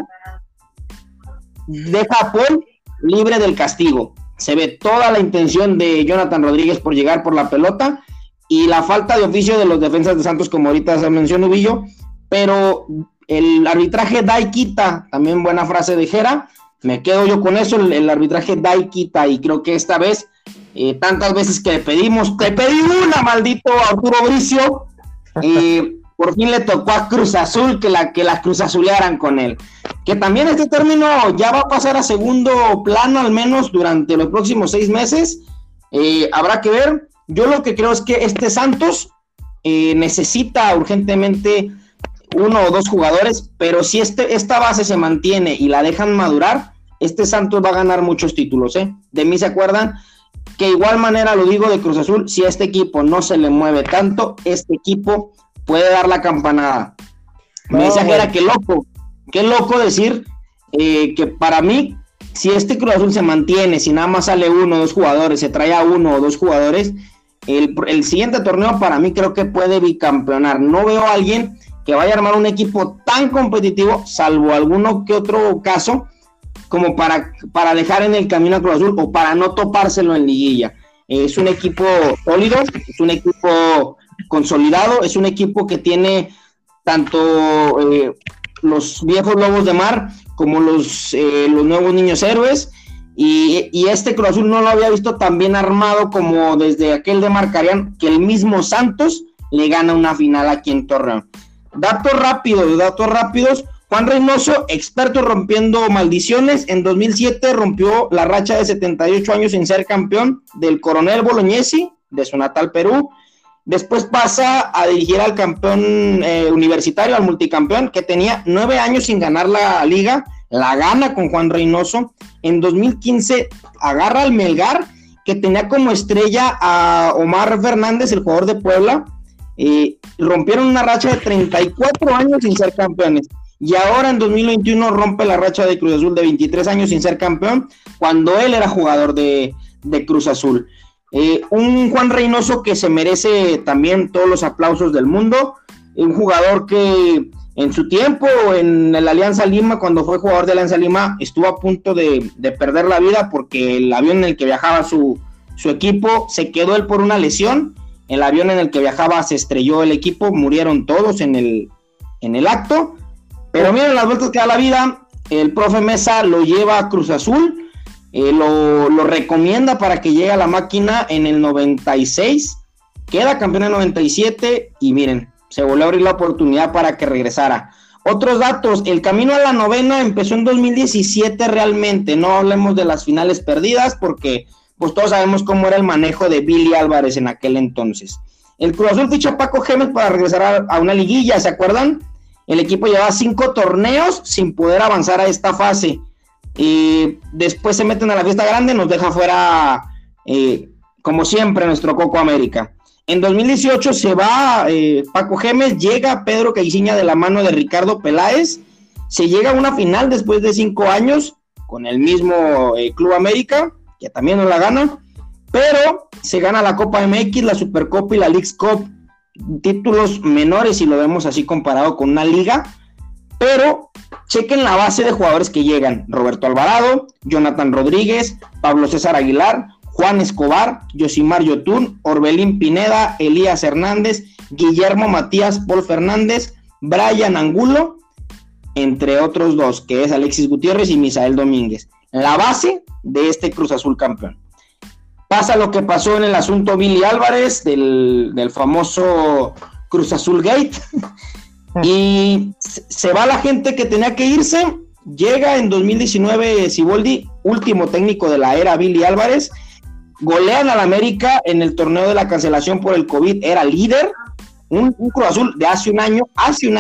deja a Paul libre del castigo. Se ve toda la intención de Jonathan Rodríguez por llegar por la pelota y la falta de oficio de los defensas de Santos, como ahorita se mencionó Ubillo, pero el arbitraje da y quita, también buena frase de Jera, me quedo yo con eso, el arbitraje da y quita, y creo que esta vez, tantas veces que te pedí una, maldito Arturo Bricio, por fin le tocó a Cruz Azul que la Cruz Azulearan con él. Que también este término ya va a pasar a segundo plano, al menos durante los próximos 6 meses. Habrá que ver. Yo lo que creo es que este Santos necesita urgentemente 1 o 2 jugadores, pero si esta base se mantiene y la dejan madurar, este Santos va a ganar muchos títulos, ¿eh? De mí se acuerdan, que igual manera lo digo de Cruz Azul, si a este equipo no se le mueve tanto, este equipo puede dar la campanada. Me decía que era qué loco decir que para mí, si este Cruz Azul se mantiene, si nada más sale 1 o 2 jugadores, se trae a 1 o 2 jugadores, el siguiente torneo para mí creo que puede bicampeonar. No veo a alguien que vaya a armar un equipo tan competitivo, salvo alguno que otro caso, como para dejar en el camino a Cruz Azul o para no topárselo en liguilla. Es un equipo sólido, es un equipo consolidado, es un equipo que tiene tanto los viejos lobos de mar como los nuevos niños héroes, y este Cruz Azul no lo había visto tan bien armado como desde aquel de Marcarián, que el mismo Santos le gana una final aquí en Torreón. Datos rápidos. Juan Reynoso, experto rompiendo maldiciones, en 2007 rompió la racha de 78 años sin ser campeón del Coronel Bolognesi, de su natal Perú. Después pasa a dirigir al campeón universitario, al multicampeón, que tenía 9 años sin ganar la liga, la gana con Juan Reynoso. En 2015 agarra al Melgar, que tenía como estrella a Omar Fernández, el jugador de Puebla. Rompieron una racha de 34 años sin ser campeones. Y ahora en 2021 rompe la racha de Cruz Azul de 23 años sin ser campeón, cuando él era jugador de Cruz Azul. Un Juan Reynoso que se merece también todos los aplausos del mundo, un jugador que en su tiempo en el Alianza Lima, cuando fue jugador de Alianza Lima, estuvo a punto de perder la vida porque el avión en el que viajaba su equipo se quedó él por una lesión. El avión en el que viajaba se estrelló el equipo, murieron todos en el acto. Pero miren las vueltas que da la vida. El profe Mesa lo lleva a Cruz Azul, lo recomienda para que llegue a la máquina en el 96, queda campeón en el 97 y miren, se volvió a abrir la oportunidad para que regresara. Otros datos, el camino a la novena empezó en 2017 realmente, no hablemos de las finales perdidas porque pues todos sabemos cómo era el manejo de Billy Álvarez en aquel entonces. El Cruz Azul ficha a Paco Gémez para regresar a una liguilla, ¿se acuerdan? El equipo llevaba 5 torneos sin poder avanzar a esta fase. Después se meten a la fiesta grande, nos deja fuera, como siempre, nuestro Coco América. En 2018 se va Paco Gémez, llega Pedro Caixinha de la mano de Ricardo Peláez, se llega a una final después de 5 años con el mismo Club América, que también no la gana, pero se gana la Copa MX, la Supercopa y la Leagues Cup, títulos menores si lo vemos así comparado con una liga, pero chequen la base de jugadores que llegan: Roberto Alvarado, Jonathan Rodríguez, Pablo César Aguilar, Juan Escobar, Yosimar Yotún, Orbelín Pineda, Elías Hernández, Guillermo Matías, Paul Fernández, Brian Angulo, entre otros 2, que es Alexis Gutiérrez y Misael Domínguez. La base de este Cruz Azul campeón. Pasa lo que pasó en el asunto Billy Álvarez, del famoso Cruz Azul Gate, y se va la gente que tenía que irse. Llega en 2019 Siboldi, último técnico de la era Billy Álvarez, golean al América en el torneo de la cancelación por el COVID, era líder, un Cruz Azul de hace un año,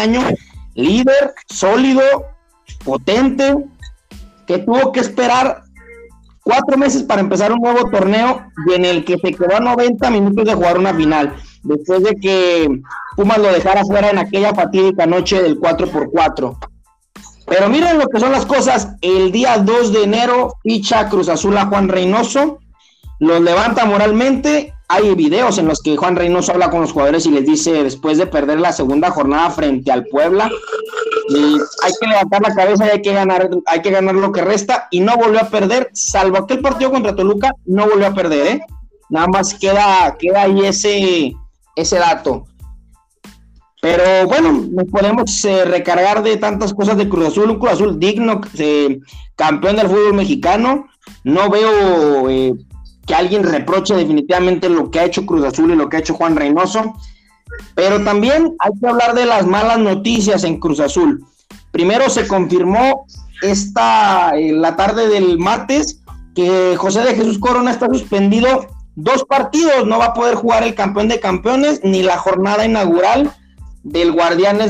líder, sólido, potente, que tuvo que esperar 4 meses para empezar un nuevo torneo y en el que se quedó a 90 minutos de jugar una final, después de que Pumas lo dejara fuera en aquella fatídica noche del 4x4. Pero miren lo que son las cosas, el día 2 de enero ficha Cruz Azul a Juan Reynoso, los levanta moralmente. Hay videos en los que Juan Reynoso habla con los jugadores y les dice, después de perder la segunda jornada frente al Puebla, hay que levantar la cabeza y hay que ganar lo que resta, y no volvió a perder, salvo aquel partido contra Toluca, no volvió a perder, nada más queda ahí ese dato. Pero bueno, nos podemos recargar de tantas cosas de Cruz Azul, un Cruz Azul digno, campeón del fútbol mexicano. No veo que alguien reproche definitivamente lo que ha hecho Cruz Azul y lo que ha hecho Juan Reynoso. Pero también hay que hablar de las malas noticias en Cruz Azul. Primero se confirmó la tarde del martes que José de Jesús Corona está suspendido 2 partidos, no va a poder jugar el campeón de campeones ni la jornada inaugural del Guardianes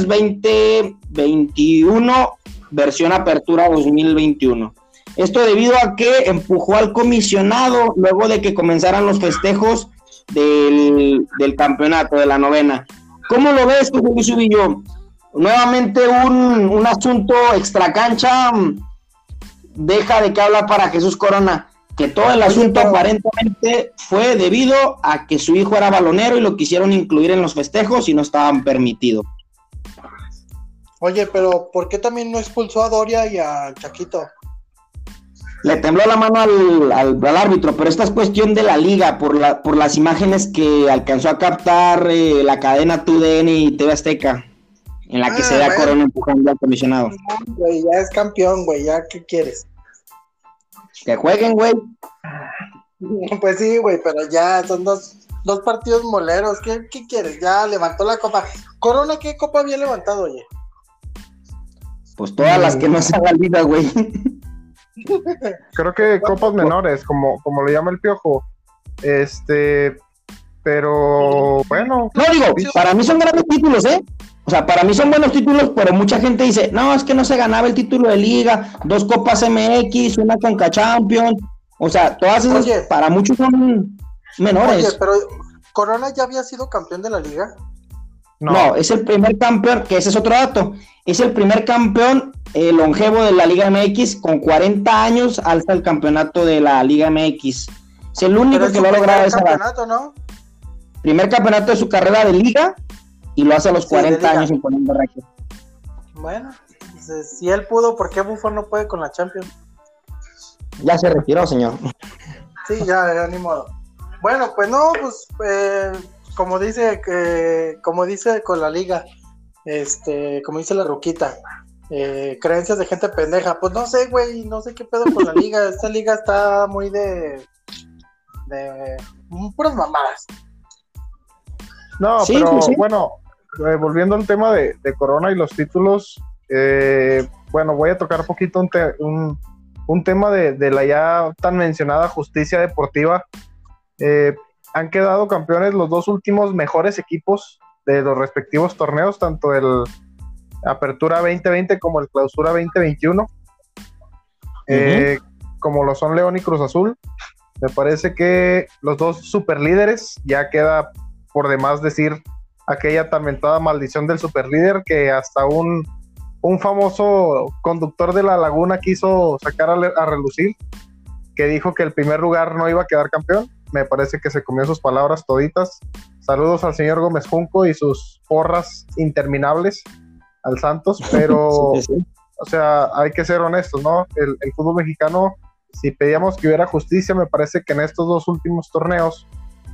2021 versión Apertura 2021. Esto debido a que empujó al comisionado luego de que comenzaran los festejos del campeonato, de la novena. ¿Cómo lo ves tú, Luis Ubillo? Nuevamente un asunto extracancha deja de qué hablar para Jesús Corona, que todo el asunto aparentemente fue debido a que su hijo era balonero y lo quisieron incluir en los festejos y no estaban permitidos. Oye, pero ¿por qué también no expulsó a Doria y a Chaquito? Le tembló la mano al árbitro, pero esta es cuestión de la liga, por las imágenes que alcanzó a captar la cadena TUDN y TV Azteca, en la que se ve a Corona empujando al comisionado. Güey, ya es campeón, güey, ya, ¿qué quieres? Que jueguen, güey. Pues sí, güey, pero ya son dos partidos moleros. ¿Qué quieres? Ya levantó la copa. Corona, ¿qué copa había levantado, oye? Pues todas las que no se hagan vida, güey. Creo que copas menores, como le llama el Piojo. Pero bueno. No, digo, para mí son grandes títulos, ¿eh? O sea, para mí son buenos títulos, pero mucha gente dice, no, es que no se ganaba el título de liga, 2 copas MX, una Conca Champions, o sea, todas esas, para muchos son menores. Oye, pero ¿Corona ya había sido campeón de la liga? No, es el primer campeón, que ese es otro dato, es el primer campeón longevo de la Liga MX, con 40 años alza el campeonato de la Liga MX. Es el único que lo ha logrado esa campeonato, ¿no? Primer campeonato de su carrera de liga, y lo hace a los 40 años imponiendo récord. Bueno, si él pudo, ¿por qué Buffon no puede con la Champions? Ya se retiró, señor. Sí, ya ni modo. Bueno, pues no, pues como dice con la liga, como dice la Ruquita, creencias de gente pendeja. Pues no sé, güey, no sé qué pedo con la liga. Esta liga está muy de puras mamadas. No, sí, pero sí. Bueno, volviendo al tema de Corona y los títulos, bueno, voy a tocar poquito un tema de la ya tan mencionada justicia deportiva. Han quedado campeones los 2 últimos mejores equipos de los respectivos torneos, tanto el Apertura 2020 como el Clausura 2021, como lo son León y Cruz Azul. Me parece que los 2 superlíderes, ya queda por demás decir aquella tormentada maldición del superlíder que hasta un famoso conductor de La Laguna quiso sacar a relucir, que dijo que el primer lugar no iba a quedar campeón. Me parece que se comió sus palabras toditas. Saludos al señor Gómez Junco y sus porras interminables al Santos, pero sí. O sea, hay que ser honestos, ¿no? El fútbol mexicano, si pedíamos que hubiera justicia, me parece que en estos 2 últimos torneos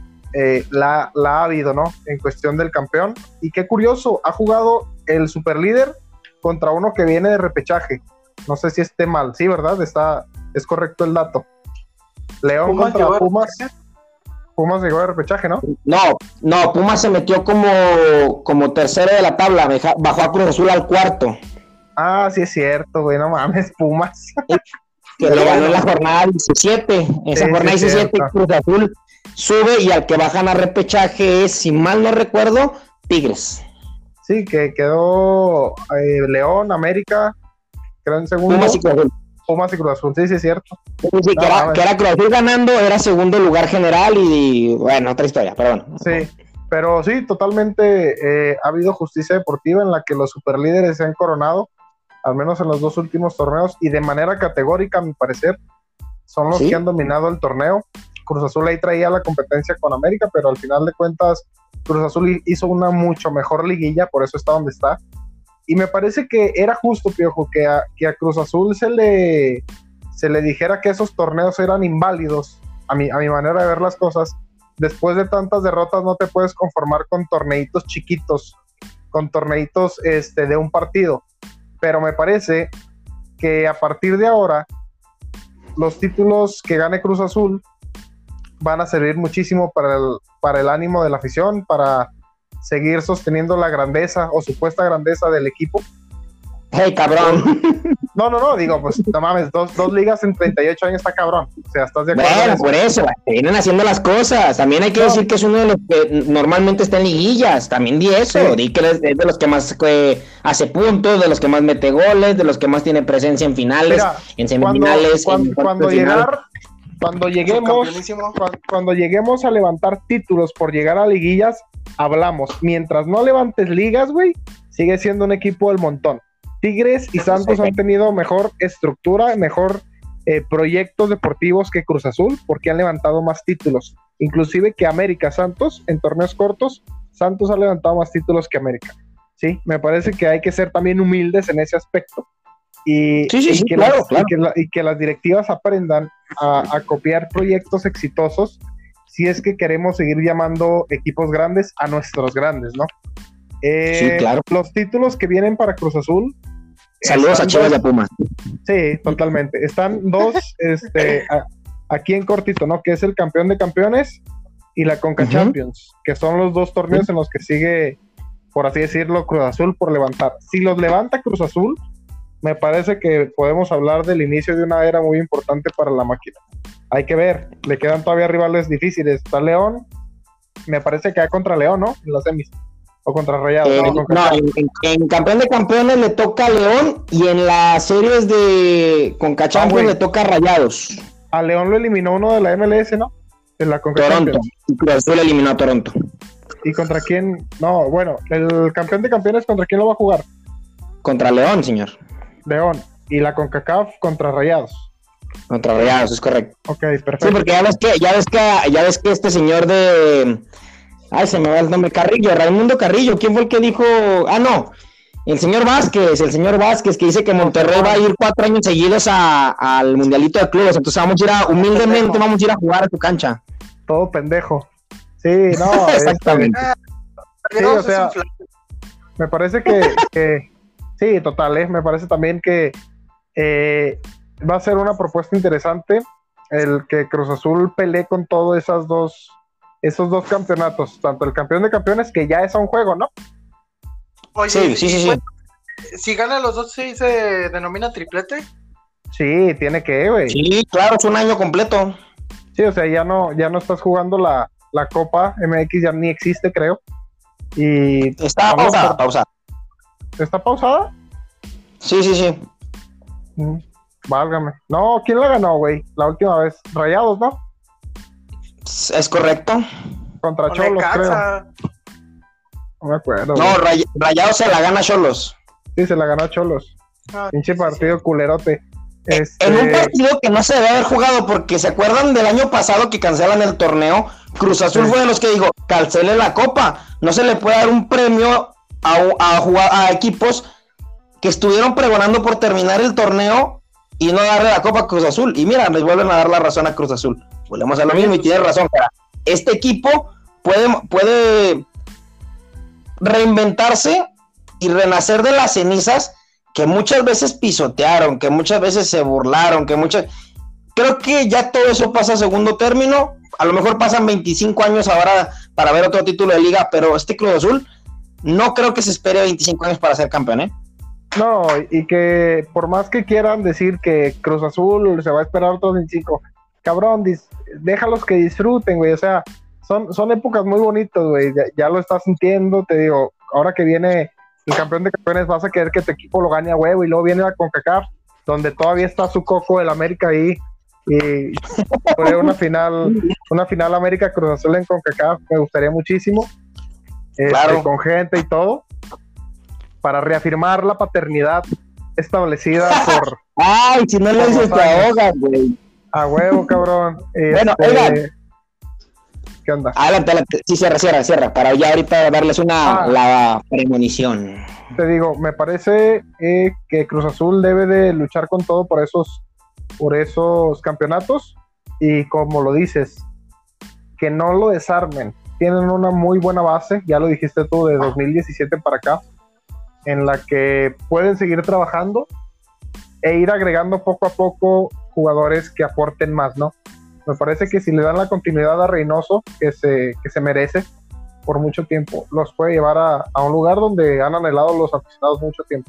la ha habido, ¿no? En cuestión del campeón. Y qué curioso, ha jugado el superlíder contra uno que viene de repechaje. No sé si esté mal, sí, ¿verdad? Es correcto el dato. León contra Pumas. Pumas llegó de repechaje, ¿no? No, Pumas se metió como tercero de la tabla, bajó a Cruz Azul al 4. Ah, sí es cierto, güey, no mames, Pumas. Que le ganó la jornada 17. Esa jornada 17 Cruz Azul sube y al que bajan a repechaje es, si mal no recuerdo, Tigres. Sí, que quedó León, América, creo en segundo. Pumas y Cruz Azul, sí es cierto. Sí, que era Cruz Azul ganando, era segundo lugar general y bueno, otra historia, perdón. Sí, pero sí, totalmente ha habido justicia deportiva en la que los superlíderes se han coronado, al menos en los 2 últimos torneos, y de manera categórica, a mi parecer, son los que han dominado el torneo. Cruz Azul ahí traía la competencia con América, pero al final de cuentas Cruz Azul hizo una mucho mejor liguilla, por eso está donde está. Y me parece que era justo, Piojo, que a Cruz Azul se le dijera que esos torneos eran inválidos, a mi manera de ver las cosas. Después de tantas derrotas no te puedes conformar con torneitos chiquitos, con torneitos de un partido. Pero me parece que a partir de ahora los títulos que gane Cruz Azul van a servir muchísimo para el ánimo de la afición, para seguir sosteniendo la grandeza o supuesta grandeza del equipo. ¡Hey, cabrón! No, digo, pues no mames, dos ligas en 38 años está cabrón. O sea, ¿estás de acuerdo? Bueno, por eso, vienen haciendo las cosas. También hay que decir que es uno de los que normalmente está en liguillas. También di eso, Sí. di que es de los que más hace puntos, de los que más mete goles, de los que más tiene presencia en finales, Mira, en semifinales. cuando lleguemos a levantar títulos por llegar a liguillas, hablamos. Mientras no levantes ligas, güey, sigue siendo un equipo del montón. Tigres y Santos han tenido mejor estructura, mejor proyectos deportivos que Cruz Azul, porque han levantado más títulos. Inclusive que América. Santos, en torneos cortos, Santos ha levantado más títulos que América. Sí, me parece que hay que ser también humildes en ese aspecto. Y que las directivas aprendan a copiar proyectos exitosos si es que queremos seguir llamando equipos grandes a nuestros grandes, ¿no? Sí, claro. Los títulos que vienen para Cruz Azul. Saludos a Chivas y a Pumas. Sí, totalmente. Están dos aquí en cortito, ¿no? Que es el campeón de campeones y la Conca Champions, que son los dos torneos en los que sigue, por así decirlo, Cruz Azul por levantar. Si los levanta Cruz Azul, me parece que podemos hablar del inicio de una era muy importante para la máquina. Hay que ver, le quedan todavía rivales difíciles. Está León, me parece que va contra León, ¿no? En las semis. O contra Rayados. En campeón de campeones le toca a León y en las series de Conca Champions le toca a Rayados. A León lo eliminó uno de la MLS, ¿no? De la Conca Toronto. Champions. Y Cruz Azul eliminó a Toronto. ¿Y contra quién? No, bueno, el campeón de campeones, ¿contra quién lo va a jugar? Contra León, señor. León. Y la CONCACAF contra Rayados. Contra Rayados, es correcto. Ok, perfecto. Sí, porque ya ves que este señor de... Ay, se me va el nombre, Raimundo Carrillo, ¿quién fue el que dijo? Ah, no, el señor Vázquez, que dice que Monterrey va a ir 4 años seguidos al Mundialito de Clubes, entonces humildemente vamos a ir a jugar a tu cancha. Todo pendejo. Sí, no, exactamente. Sí, o sea, me parece que sí, total, me parece también que va a ser una propuesta interesante el que Cruz Azul pelee con todos esos dos campeonatos, tanto el campeón de campeones, que ya es a un juego, ¿no? Oye, sí. Si gana los dos, ¿sí se denomina triplete? Sí, tiene que, güey. Sí, claro, es un año completo. Sí, o sea, ya no estás jugando la Copa MX, ya ni existe, creo. Y está pausada. ¿Está pausada? Sí. Válgame. No, ¿quién la ganó, güey? La última vez. Rayados, ¿no? Es correcto. Contra Cholos, creo. No me acuerdo. No, Rayados se la gana Cholos. Sí, se la ganó Cholos. Pinche partido culerote. En un partido que no se debe haber jugado, porque ¿se acuerdan del año pasado que cancelan el torneo? Cruz Azul fue de los que dijo, cancele la copa. No se le puede dar un premio a equipos que estuvieron pregonando por terminar el torneo y no darle la copa a Cruz Azul. Y mira, les vuelven a dar la razón a Cruz Azul. Volvemos a lo mismo y tiene razón, cara. Este equipo puede reinventarse y renacer de las cenizas que muchas veces pisotearon, que muchas veces se burlaron, creo que ya todo eso pasa a segundo término. A lo mejor pasan 25 años ahora para ver otro título de liga, pero este Cruz Azul no creo que se espere 25 años para ser campeón, ¿eh? No, y que por más que quieran decir que Cruz Azul se va a esperar otros 25, cabrón, déjalos que disfruten, güey, o sea, son épocas muy bonitas, güey, ya lo estás sintiendo, te digo, ahora que viene el campeón de campeones vas a querer que tu equipo lo gane a huevo, y luego viene la CONCACAF, donde todavía está su coco del América ahí, y fue una final América Cruz Azul en CONCACAF, me gustaría muchísimo, claro, con gente y todo, para reafirmar la paternidad establecida por... Ay, si no lo dices te ahogas, güey. A huevo, cabrón. Bueno, oigan. ¿Qué onda? Adelante. Sí, cierra. Para ya ahorita darles la premonición. Te digo, me parece que Cruz Azul debe de luchar con todo por esos campeonatos. Y como lo dices, que no lo desarmen. Tienen una muy buena base, ya lo dijiste tú, de 2017 para acá, en la que pueden seguir trabajando e ir agregando poco a poco jugadores que aporten más, ¿no? Me parece que si le dan la continuidad a Reynoso, que se merece, por mucho tiempo, los puede llevar a un lugar donde han anhelado los aficionados mucho tiempo.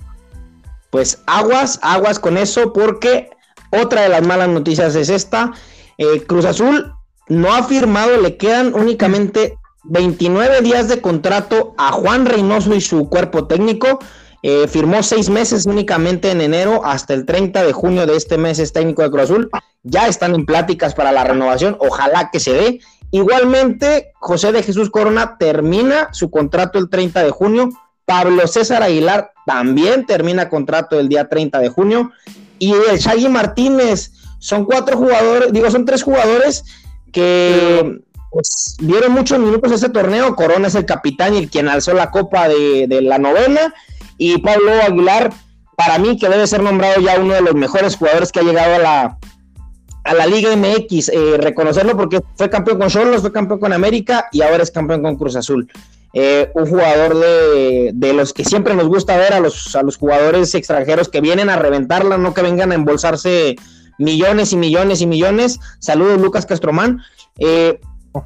Pues aguas con eso, porque otra de las malas noticias es esta. Cruz Azul no ha firmado, le quedan únicamente 29 días de contrato a Juan Reynoso y su cuerpo técnico. Firmó 6 meses únicamente en enero, hasta el 30 de junio de este mes es técnico de Cruz Azul. Ya están en pláticas para la renovación, ojalá que se dé. Igualmente, José de Jesús Corona termina su contrato el 30 de junio. Pablo César Aguilar también termina contrato el día 30 de junio. Y el Shaggy Martínez, son 3 jugadores que pues, dieron muchos minutos ese torneo. Corona es el capitán y el quien alzó la copa de la novena. Y Pablo Aguilar, para mí, que debe ser nombrado ya uno de los mejores jugadores que ha llegado a la Liga MX, reconocerlo porque fue campeón con Xolos, fue campeón con América y ahora es campeón con Cruz Azul. Un jugador de los que siempre nos gusta ver, a los jugadores extranjeros que vienen a reventarla, no que vengan a embolsarse millones y millones y millones. Saludos, Lucas Castromán. Que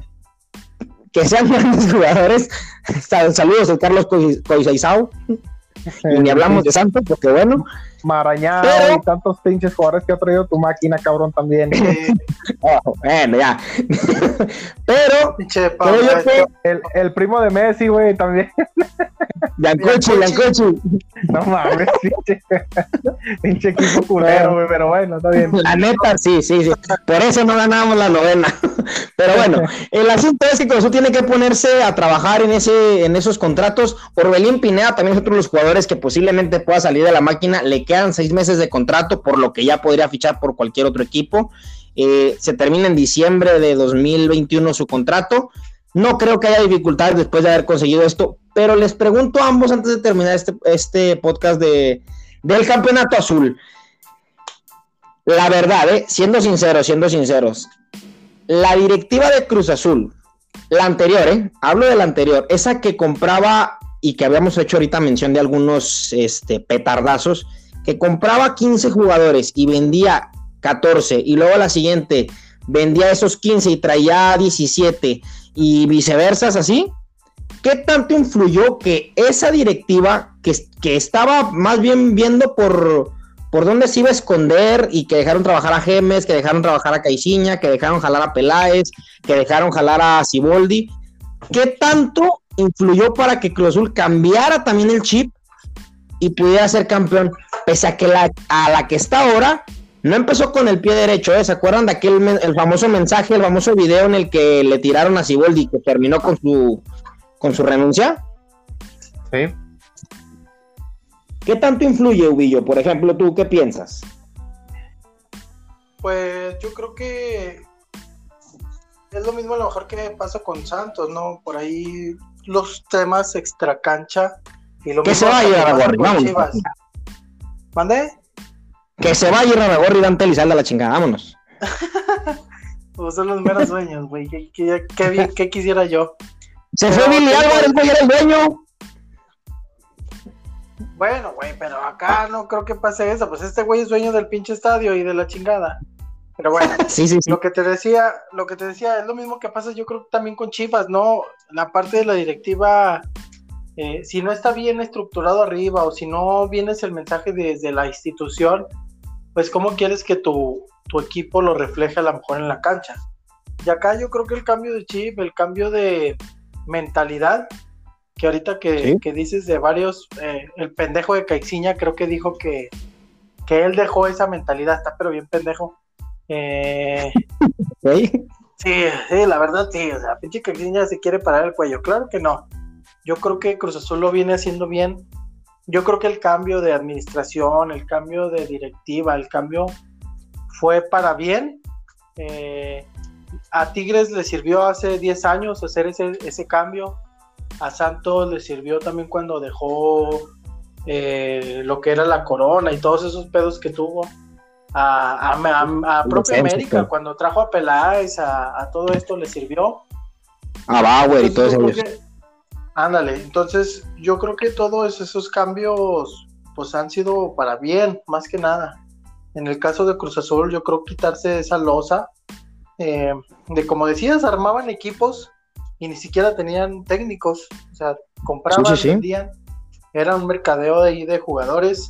sean grandes jugadores. Saludos a Carlos Coisaizao. Y ni hablamos de Santos, porque bueno. Marañao y tantos pinches jugadores que ha traído tu máquina, cabrón, también. Bueno, ya. Pero yo que el primo de Messi, güey, también. Yancochi. No mames, pinche equipo culero, güey, pero bueno, está bien. La neta, sí. Por eso no ganábamos la novena. Pero bueno, el asunto es que Cruz Azul tiene que ponerse a trabajar en esos contratos. Orbelín Pineda también es otro de los jugadores que posiblemente pueda salir de la máquina. Le quedan 6 meses de contrato, por lo que ya podría fichar por cualquier otro equipo. Se termina en diciembre de 2021 su contrato. No creo que haya dificultades después de haber conseguido esto, pero les pregunto a ambos antes de terminar este podcast del Campeonato Azul. La verdad, siendo sinceros, la directiva de Cruz Azul, la anterior, hablo de la anterior, esa que compraba, y que habíamos hecho ahorita mención de algunos petardazos, que compraba 15 jugadores y vendía 14, y luego la siguiente vendía esos 15 y traía 17, y viceversa, así. ¿Qué tanto influyó que esa directiva, que estaba más bien viendo por dónde se iba a esconder, y que dejaron trabajar a Gemes, que dejaron trabajar a Caixinha, que dejaron jalar a Peláez, que dejaron jalar a Siboldi, qué tanto influyó para que Cruz Azul cambiara también el chip y pudiera ser campeón, pese a que a la que está ahora no empezó con el pie derecho? ¿Se acuerdan de el famoso mensaje, el famoso video en el que le tiraron a Siboldi, que terminó con su renuncia? Sí. ¿Qué tanto influye, Ubillo? Por ejemplo, ¿tú qué piensas? Pues yo creo que es lo mismo a lo mejor que pasa con Santos, ¿no? Por ahí los temas extracancha y lo que mismo se vaya Iraragorri, vámonos. ¿Mande? Que se vaya Iraragorri y Dante Elizalde a la chingada, vámonos. Pues son los meros sueños, güey. ¿Qué quisiera yo? Se fue Billy Álvarez, güey, era el dueño. Bueno, güey, pero acá no creo que pase eso. Pues este güey es dueño del pinche estadio y de la chingada. Pero bueno, sí. Lo que te decía es lo mismo que pasa, yo creo, también con Chivas, ¿no? La parte de la directiva, si no está bien estructurado arriba, o si no vienes el mensaje desde la institución, pues ¿cómo quieres que tu equipo lo refleje a lo mejor en la cancha? Y acá yo creo que el cambio de chip, el cambio de mentalidad, que ahorita que dices de varios, el pendejo de Caixinha creo que dijo que él dejó esa mentalidad, está pero bien pendejo. Sí, la verdad sí, o sea, pinche Caixinha se quiere parar el cuello, claro que no. Yo creo que Cruz Azul lo viene haciendo bien. Yo creo que el cambio de administración, el cambio de directiva, el cambio fue para bien. A Tigres le sirvió hace 10 años hacer ese cambio. A Santos le sirvió también cuando dejó lo que era la Corona y todos esos pedos que tuvo. A propia América, cuando trajo a Peláez, a todo esto le sirvió. A Bauer y todo eso. Ándale, entonces yo creo que todos esos cambios pues han sido para bien, más que nada. En el caso de Cruz Azul, yo creo quitarse esa losa de, como decías, armaban equipos y ni siquiera tenían técnicos, o sea, compraban, Sí. vendían, era un mercadeo de ahí de jugadores,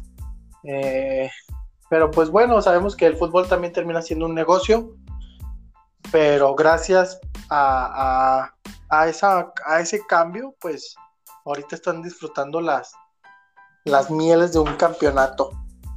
pero pues bueno, sabemos que el fútbol también termina siendo un negocio, pero gracias a ese cambio, pues ahorita están disfrutando las mieles de un campeonato.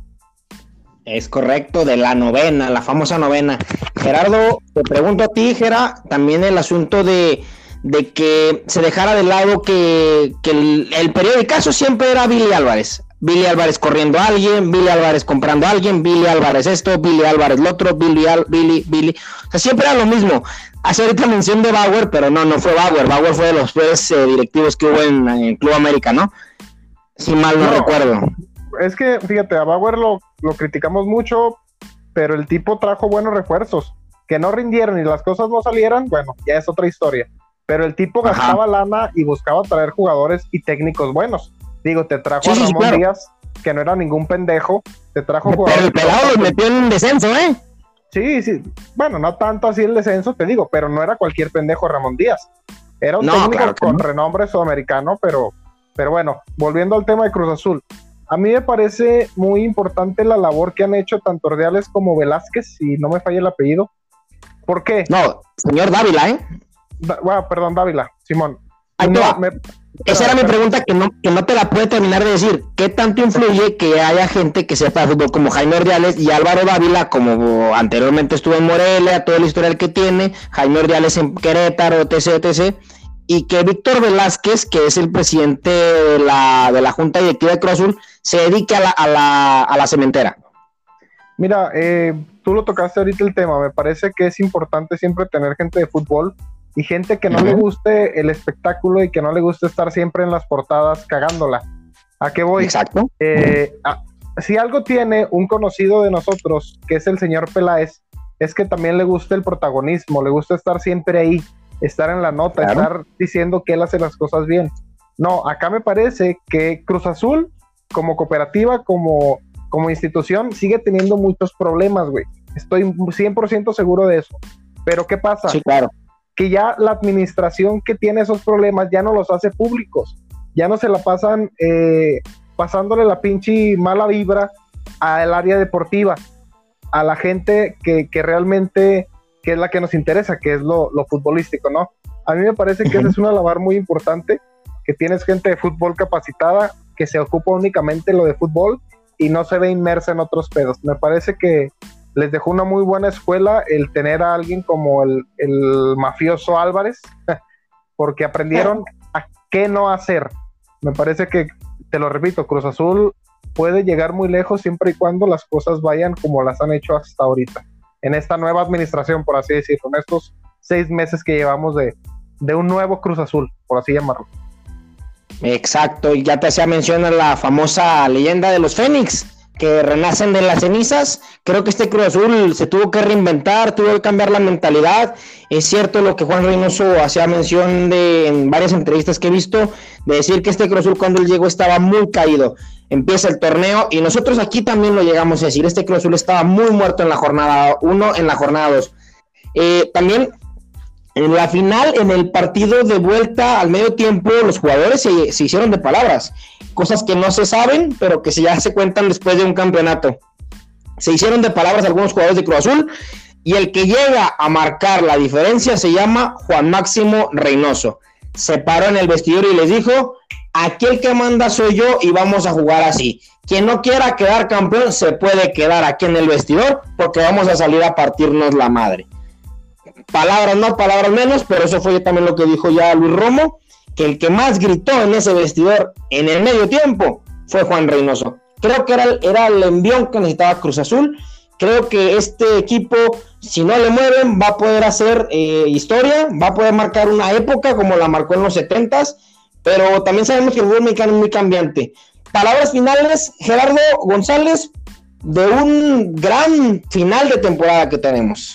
Es correcto, de la novena, la famosa novena. Gerardo, te pregunto a ti, Gera, también el asunto de que se dejara de lado que el periodicazo siempre era Billy Álvarez. Billy Álvarez corriendo a alguien, Billy Álvarez comprando a alguien, Billy Álvarez esto, Billy Álvarez lo otro, Billy. O sea, siempre era lo mismo. Hace ahorita mención de Bauer, pero no fue Bauer. Bauer fue de los peores directivos que hubo en Club América, ¿no? Si mal no recuerdo. Es que, fíjate, a Bauer lo criticamos mucho, pero el tipo trajo buenos refuerzos. Que no rindieron y las cosas no salieran, bueno, ya es otra historia. Pero el tipo gastaba lana y buscaba traer jugadores y técnicos buenos. Digo, te trajo a Ramón Díaz, que no era ningún pendejo, te trajo jugadores. Pero el pelado los metió en un descenso, ¿eh? Sí, bueno, no tanto así el descenso, te digo, pero no era cualquier pendejo Ramón Díaz. Era un técnico con renombre sudamericano, pero bueno, volviendo al tema de Cruz Azul, a mí me parece muy importante la labor que han hecho tanto Ordiales como Velázquez, si no me falla el apellido. ¿Por qué? No, señor Dávila, ¿eh? Perdón, Dávila, Simón. Ahí te va. Esa era mi pregunta que no te la puede terminar de decir. ¿Qué tanto influye que haya gente que sepa de fútbol como Jaime Ordiales y Álvaro Dávila, como anteriormente estuvo en Morelia, todo el historial que tiene, Jaime Ordiales en Querétaro, etc., y que Víctor Velázquez, que es el presidente de la Junta Directiva de Cruz Azul, se dedique a la cementera? Mira, tú lo tocaste ahorita el tema. Me parece que es importante siempre tener gente de fútbol y gente que no le guste el espectáculo y que no le guste estar siempre en las portadas cagándola. ¿A qué voy? Exacto. Si algo tiene un conocido de nosotros, que es el señor Peláez, es que también le gusta el protagonismo, le gusta estar siempre ahí, estar en la nota, estar diciendo que él hace las cosas bien. No, acá me parece que Cruz Azul, como cooperativa, como institución, sigue teniendo muchos problemas, güey. Estoy 100% seguro de eso. Pero ¿qué pasa? Sí, claro. Que ya la administración que tiene esos problemas ya no los hace públicos. Ya no se la pasan pasándole la pinche mala vibra al área deportiva, a la gente que realmente, que es la que nos interesa, que es lo futbolístico, ¿no? A mí me parece que esa es una labor muy importante, que tienes gente de fútbol capacitada, que se ocupa únicamente lo de fútbol y no se ve inmersa en otros pedos. Me parece que les dejó una muy buena escuela el tener a alguien como el mafioso Álvarez, porque aprendieron a qué no hacer. Me parece que, te lo repito, Cruz Azul puede llegar muy lejos siempre y cuando las cosas vayan como las han hecho hasta ahorita, en esta nueva administración, por así decirlo, en estos 6 meses que llevamos de un nuevo Cruz Azul, por así llamarlo. Exacto, y ya te hacía mención a la famosa leyenda de los Fénix, que renacen de las cenizas. Creo que este Cruz Azul se tuvo que reinventar, tuvo que cambiar la mentalidad. Es cierto lo que Juan Reynoso hacía mención en varias entrevistas que he visto, de decir que este Cruz Azul cuando él llegó estaba muy caído. Empieza el torneo y nosotros aquí también lo llegamos a decir, este Cruz Azul estaba muy muerto en la jornada 1, en la jornada 2. También en la final, en el partido de vuelta al medio tiempo, los jugadores se hicieron de palabras, cosas que no se saben, pero que ya se cuentan después de un campeonato. Se hicieron de palabras algunos jugadores de Cruz Azul, y el que llega a marcar la diferencia se llama Juan Máximo Reynoso. Se paró en el vestidor y les dijo: aquí el que manda soy yo y vamos a jugar así. Quien no quiera quedar campeón se puede quedar aquí en el vestidor porque vamos a salir a partirnos la madre. Palabras no, palabras menos, pero eso fue también lo que dijo ya Luis Romo, que el que más gritó en ese vestidor en el medio tiempo fue Juan Reynoso. Creo que era el envión que necesitaba Cruz Azul. Creo que este equipo, si no le mueven, va a poder hacer historia, va a poder marcar una época como la marcó en los 70s, pero también sabemos que el fútbol mexicano es muy cambiante. Palabras finales, Gerardo González, de un gran final de temporada que tenemos.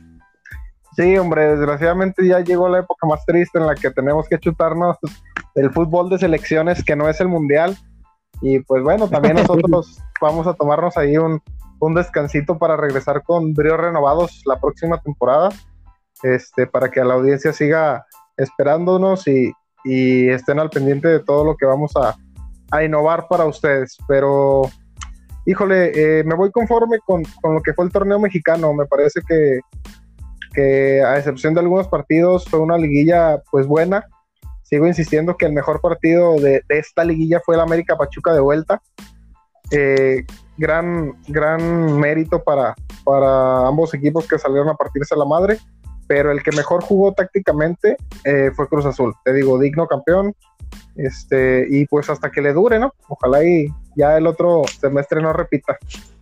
Sí, hombre, desgraciadamente ya llegó la época más triste en la que tenemos que chutarnos el fútbol de selecciones que no es el mundial. Y pues bueno, también nosotros vamos a tomarnos ahí un descansito para regresar con bríos renovados la próxima temporada, para que la audiencia siga esperándonos y estén al pendiente de todo lo que vamos a innovar para ustedes. Pero, híjole, me voy conforme con lo que fue el torneo mexicano. Me parece que a excepción de algunos partidos fue una liguilla pues buena. Sigo insistiendo que el mejor partido de esta liguilla fue el América Pachuca de vuelta. Gran mérito para ambos equipos que salieron a partirse la madre, pero el que mejor jugó tácticamente fue Cruz Azul. Te digo, digno campeón, y pues hasta que le dure, ¿no? Ojalá y ya el otro semestre no repita.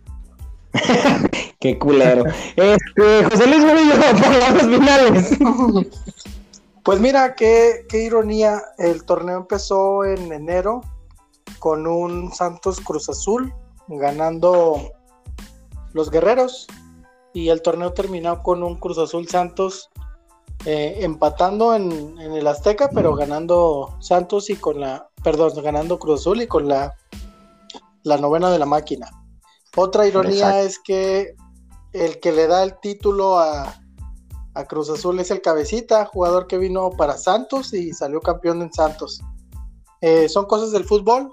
Qué culero. José Luis Murillo, por los finales. Pues mira, qué ironía. El torneo empezó en enero con un Santos Cruz Azul ganando los Guerreros, y el torneo terminó con un Cruz Azul Santos empatando en el Azteca, pero ganando Santos y ganando Cruz Azul y con la novena de la máquina. Otra ironía es que el que le da el título a Cruz Azul es el Cabecita, jugador que vino para Santos y salió campeón en Santos. Son cosas del fútbol.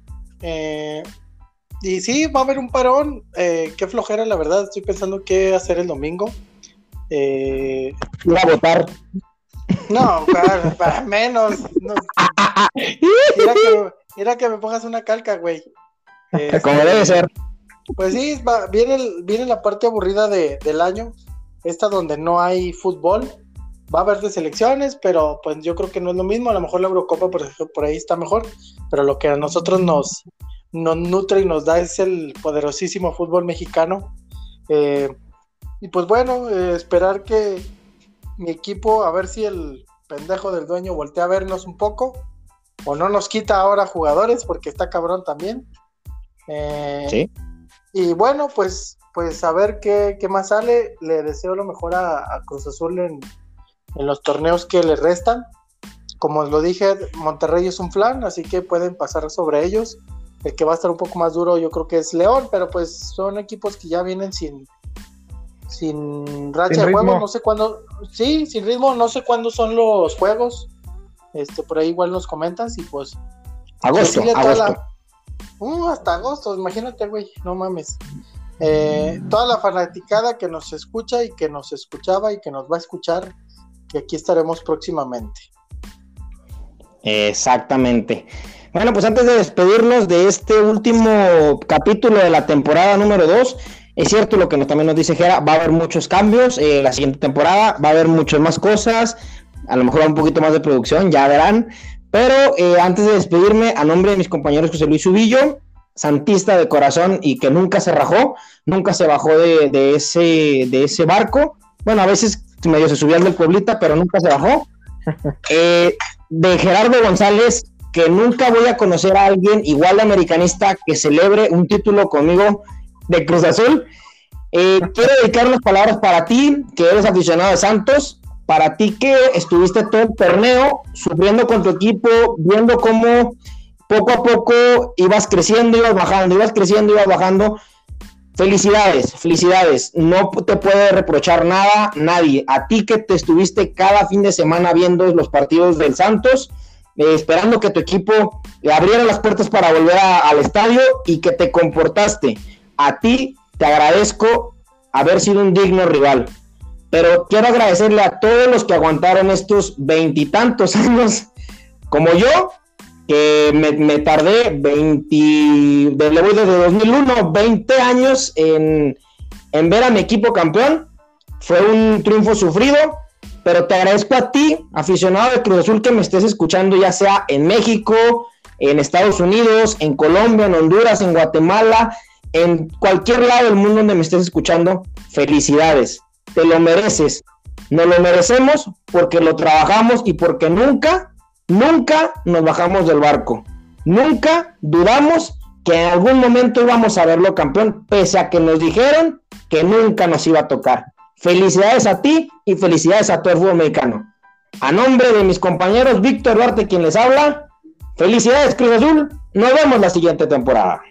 Y sí, va a haber un parón. Qué flojera, la verdad. Estoy pensando qué hacer el domingo. Ir a votar. No, para menos. No. Mira que me pongas una calca, güey. Como debe ser. Pues sí, viene la parte aburrida del año. Esta donde no hay fútbol. Va a haber de selecciones, pero pues yo creo que no es lo mismo. A lo mejor la Eurocopa por ahí está mejor, pero lo que a nosotros nos nutre y nos da es el poderosísimo fútbol mexicano. Y pues bueno, esperar que mi equipo, a ver si el pendejo del dueño voltea a vernos un poco, o no nos quita ahora jugadores, porque está cabrón también. Sí. Y bueno, pues a ver qué más sale. Le deseo lo mejor a Cruz Azul en los torneos que le restan. Como os lo dije, Monterrey es un flan, así que pueden pasar sobre ellos. El que va a estar un poco más duro yo creo que es León, pero pues son equipos que ya vienen sin racha de juegos, no sé cuándo, sí, sin ritmo, no sé cuándo son los juegos. Por ahí igual nos comentas y pues agosto. Hasta agosto, imagínate, güey, no mames. Toda la fanaticada que nos escucha y que nos escuchaba y que nos va a escuchar, y aquí estaremos próximamente. Exactamente. Bueno, pues antes de despedirnos de este último capítulo de la temporada número 2, es cierto lo que también nos dice Jera, va a haber muchos cambios la siguiente temporada, va a haber muchas más cosas, a lo mejor un poquito más de producción, ya verán, pero antes de despedirme, a nombre de mis compañeros José Luis Ubillo, santista de corazón y que nunca se rajó, nunca se bajó de ese barco, bueno, a veces medio se subía al del Pueblita, pero nunca se bajó, de Gerardo González, que nunca voy a conocer a alguien igual de americanista que celebre un título conmigo de Cruz Azul. Quiero dedicar unas palabras para ti, que eres aficionado de Santos, para ti que estuviste todo el torneo sufriendo con tu equipo, viendo cómo poco a poco ibas creciendo, ibas bajando. Felicidades, no te puede reprochar nada, nadie. A ti que te estuviste cada fin de semana viendo los partidos del Santos, esperando que tu equipo le abriera las puertas para volver al estadio y que te comportaste. A ti te agradezco haber sido un digno rival, pero quiero agradecerle a todos los que aguantaron estos 20 y tantos años como yo, que me tardé desde 2001, 20 años en ver a mi equipo campeón. Fue un triunfo sufrido, pero te agradezco a ti, aficionado de Cruz Azul, que me estés escuchando, ya sea en México, en Estados Unidos, en Colombia, en Honduras, en Guatemala, en cualquier lado del mundo donde me estés escuchando. Felicidades, te lo mereces, nos lo merecemos porque lo trabajamos y porque nunca nos bajamos del barco, nunca dudamos que en algún momento íbamos a verlo campeón, pese a que nos dijeron que nunca nos iba a tocar. Felicidades a ti y felicidades a todo el fútbol mexicano. A nombre de mis compañeros Víctor Duarte, quien les habla, felicidades Cruz Azul, nos vemos la siguiente temporada.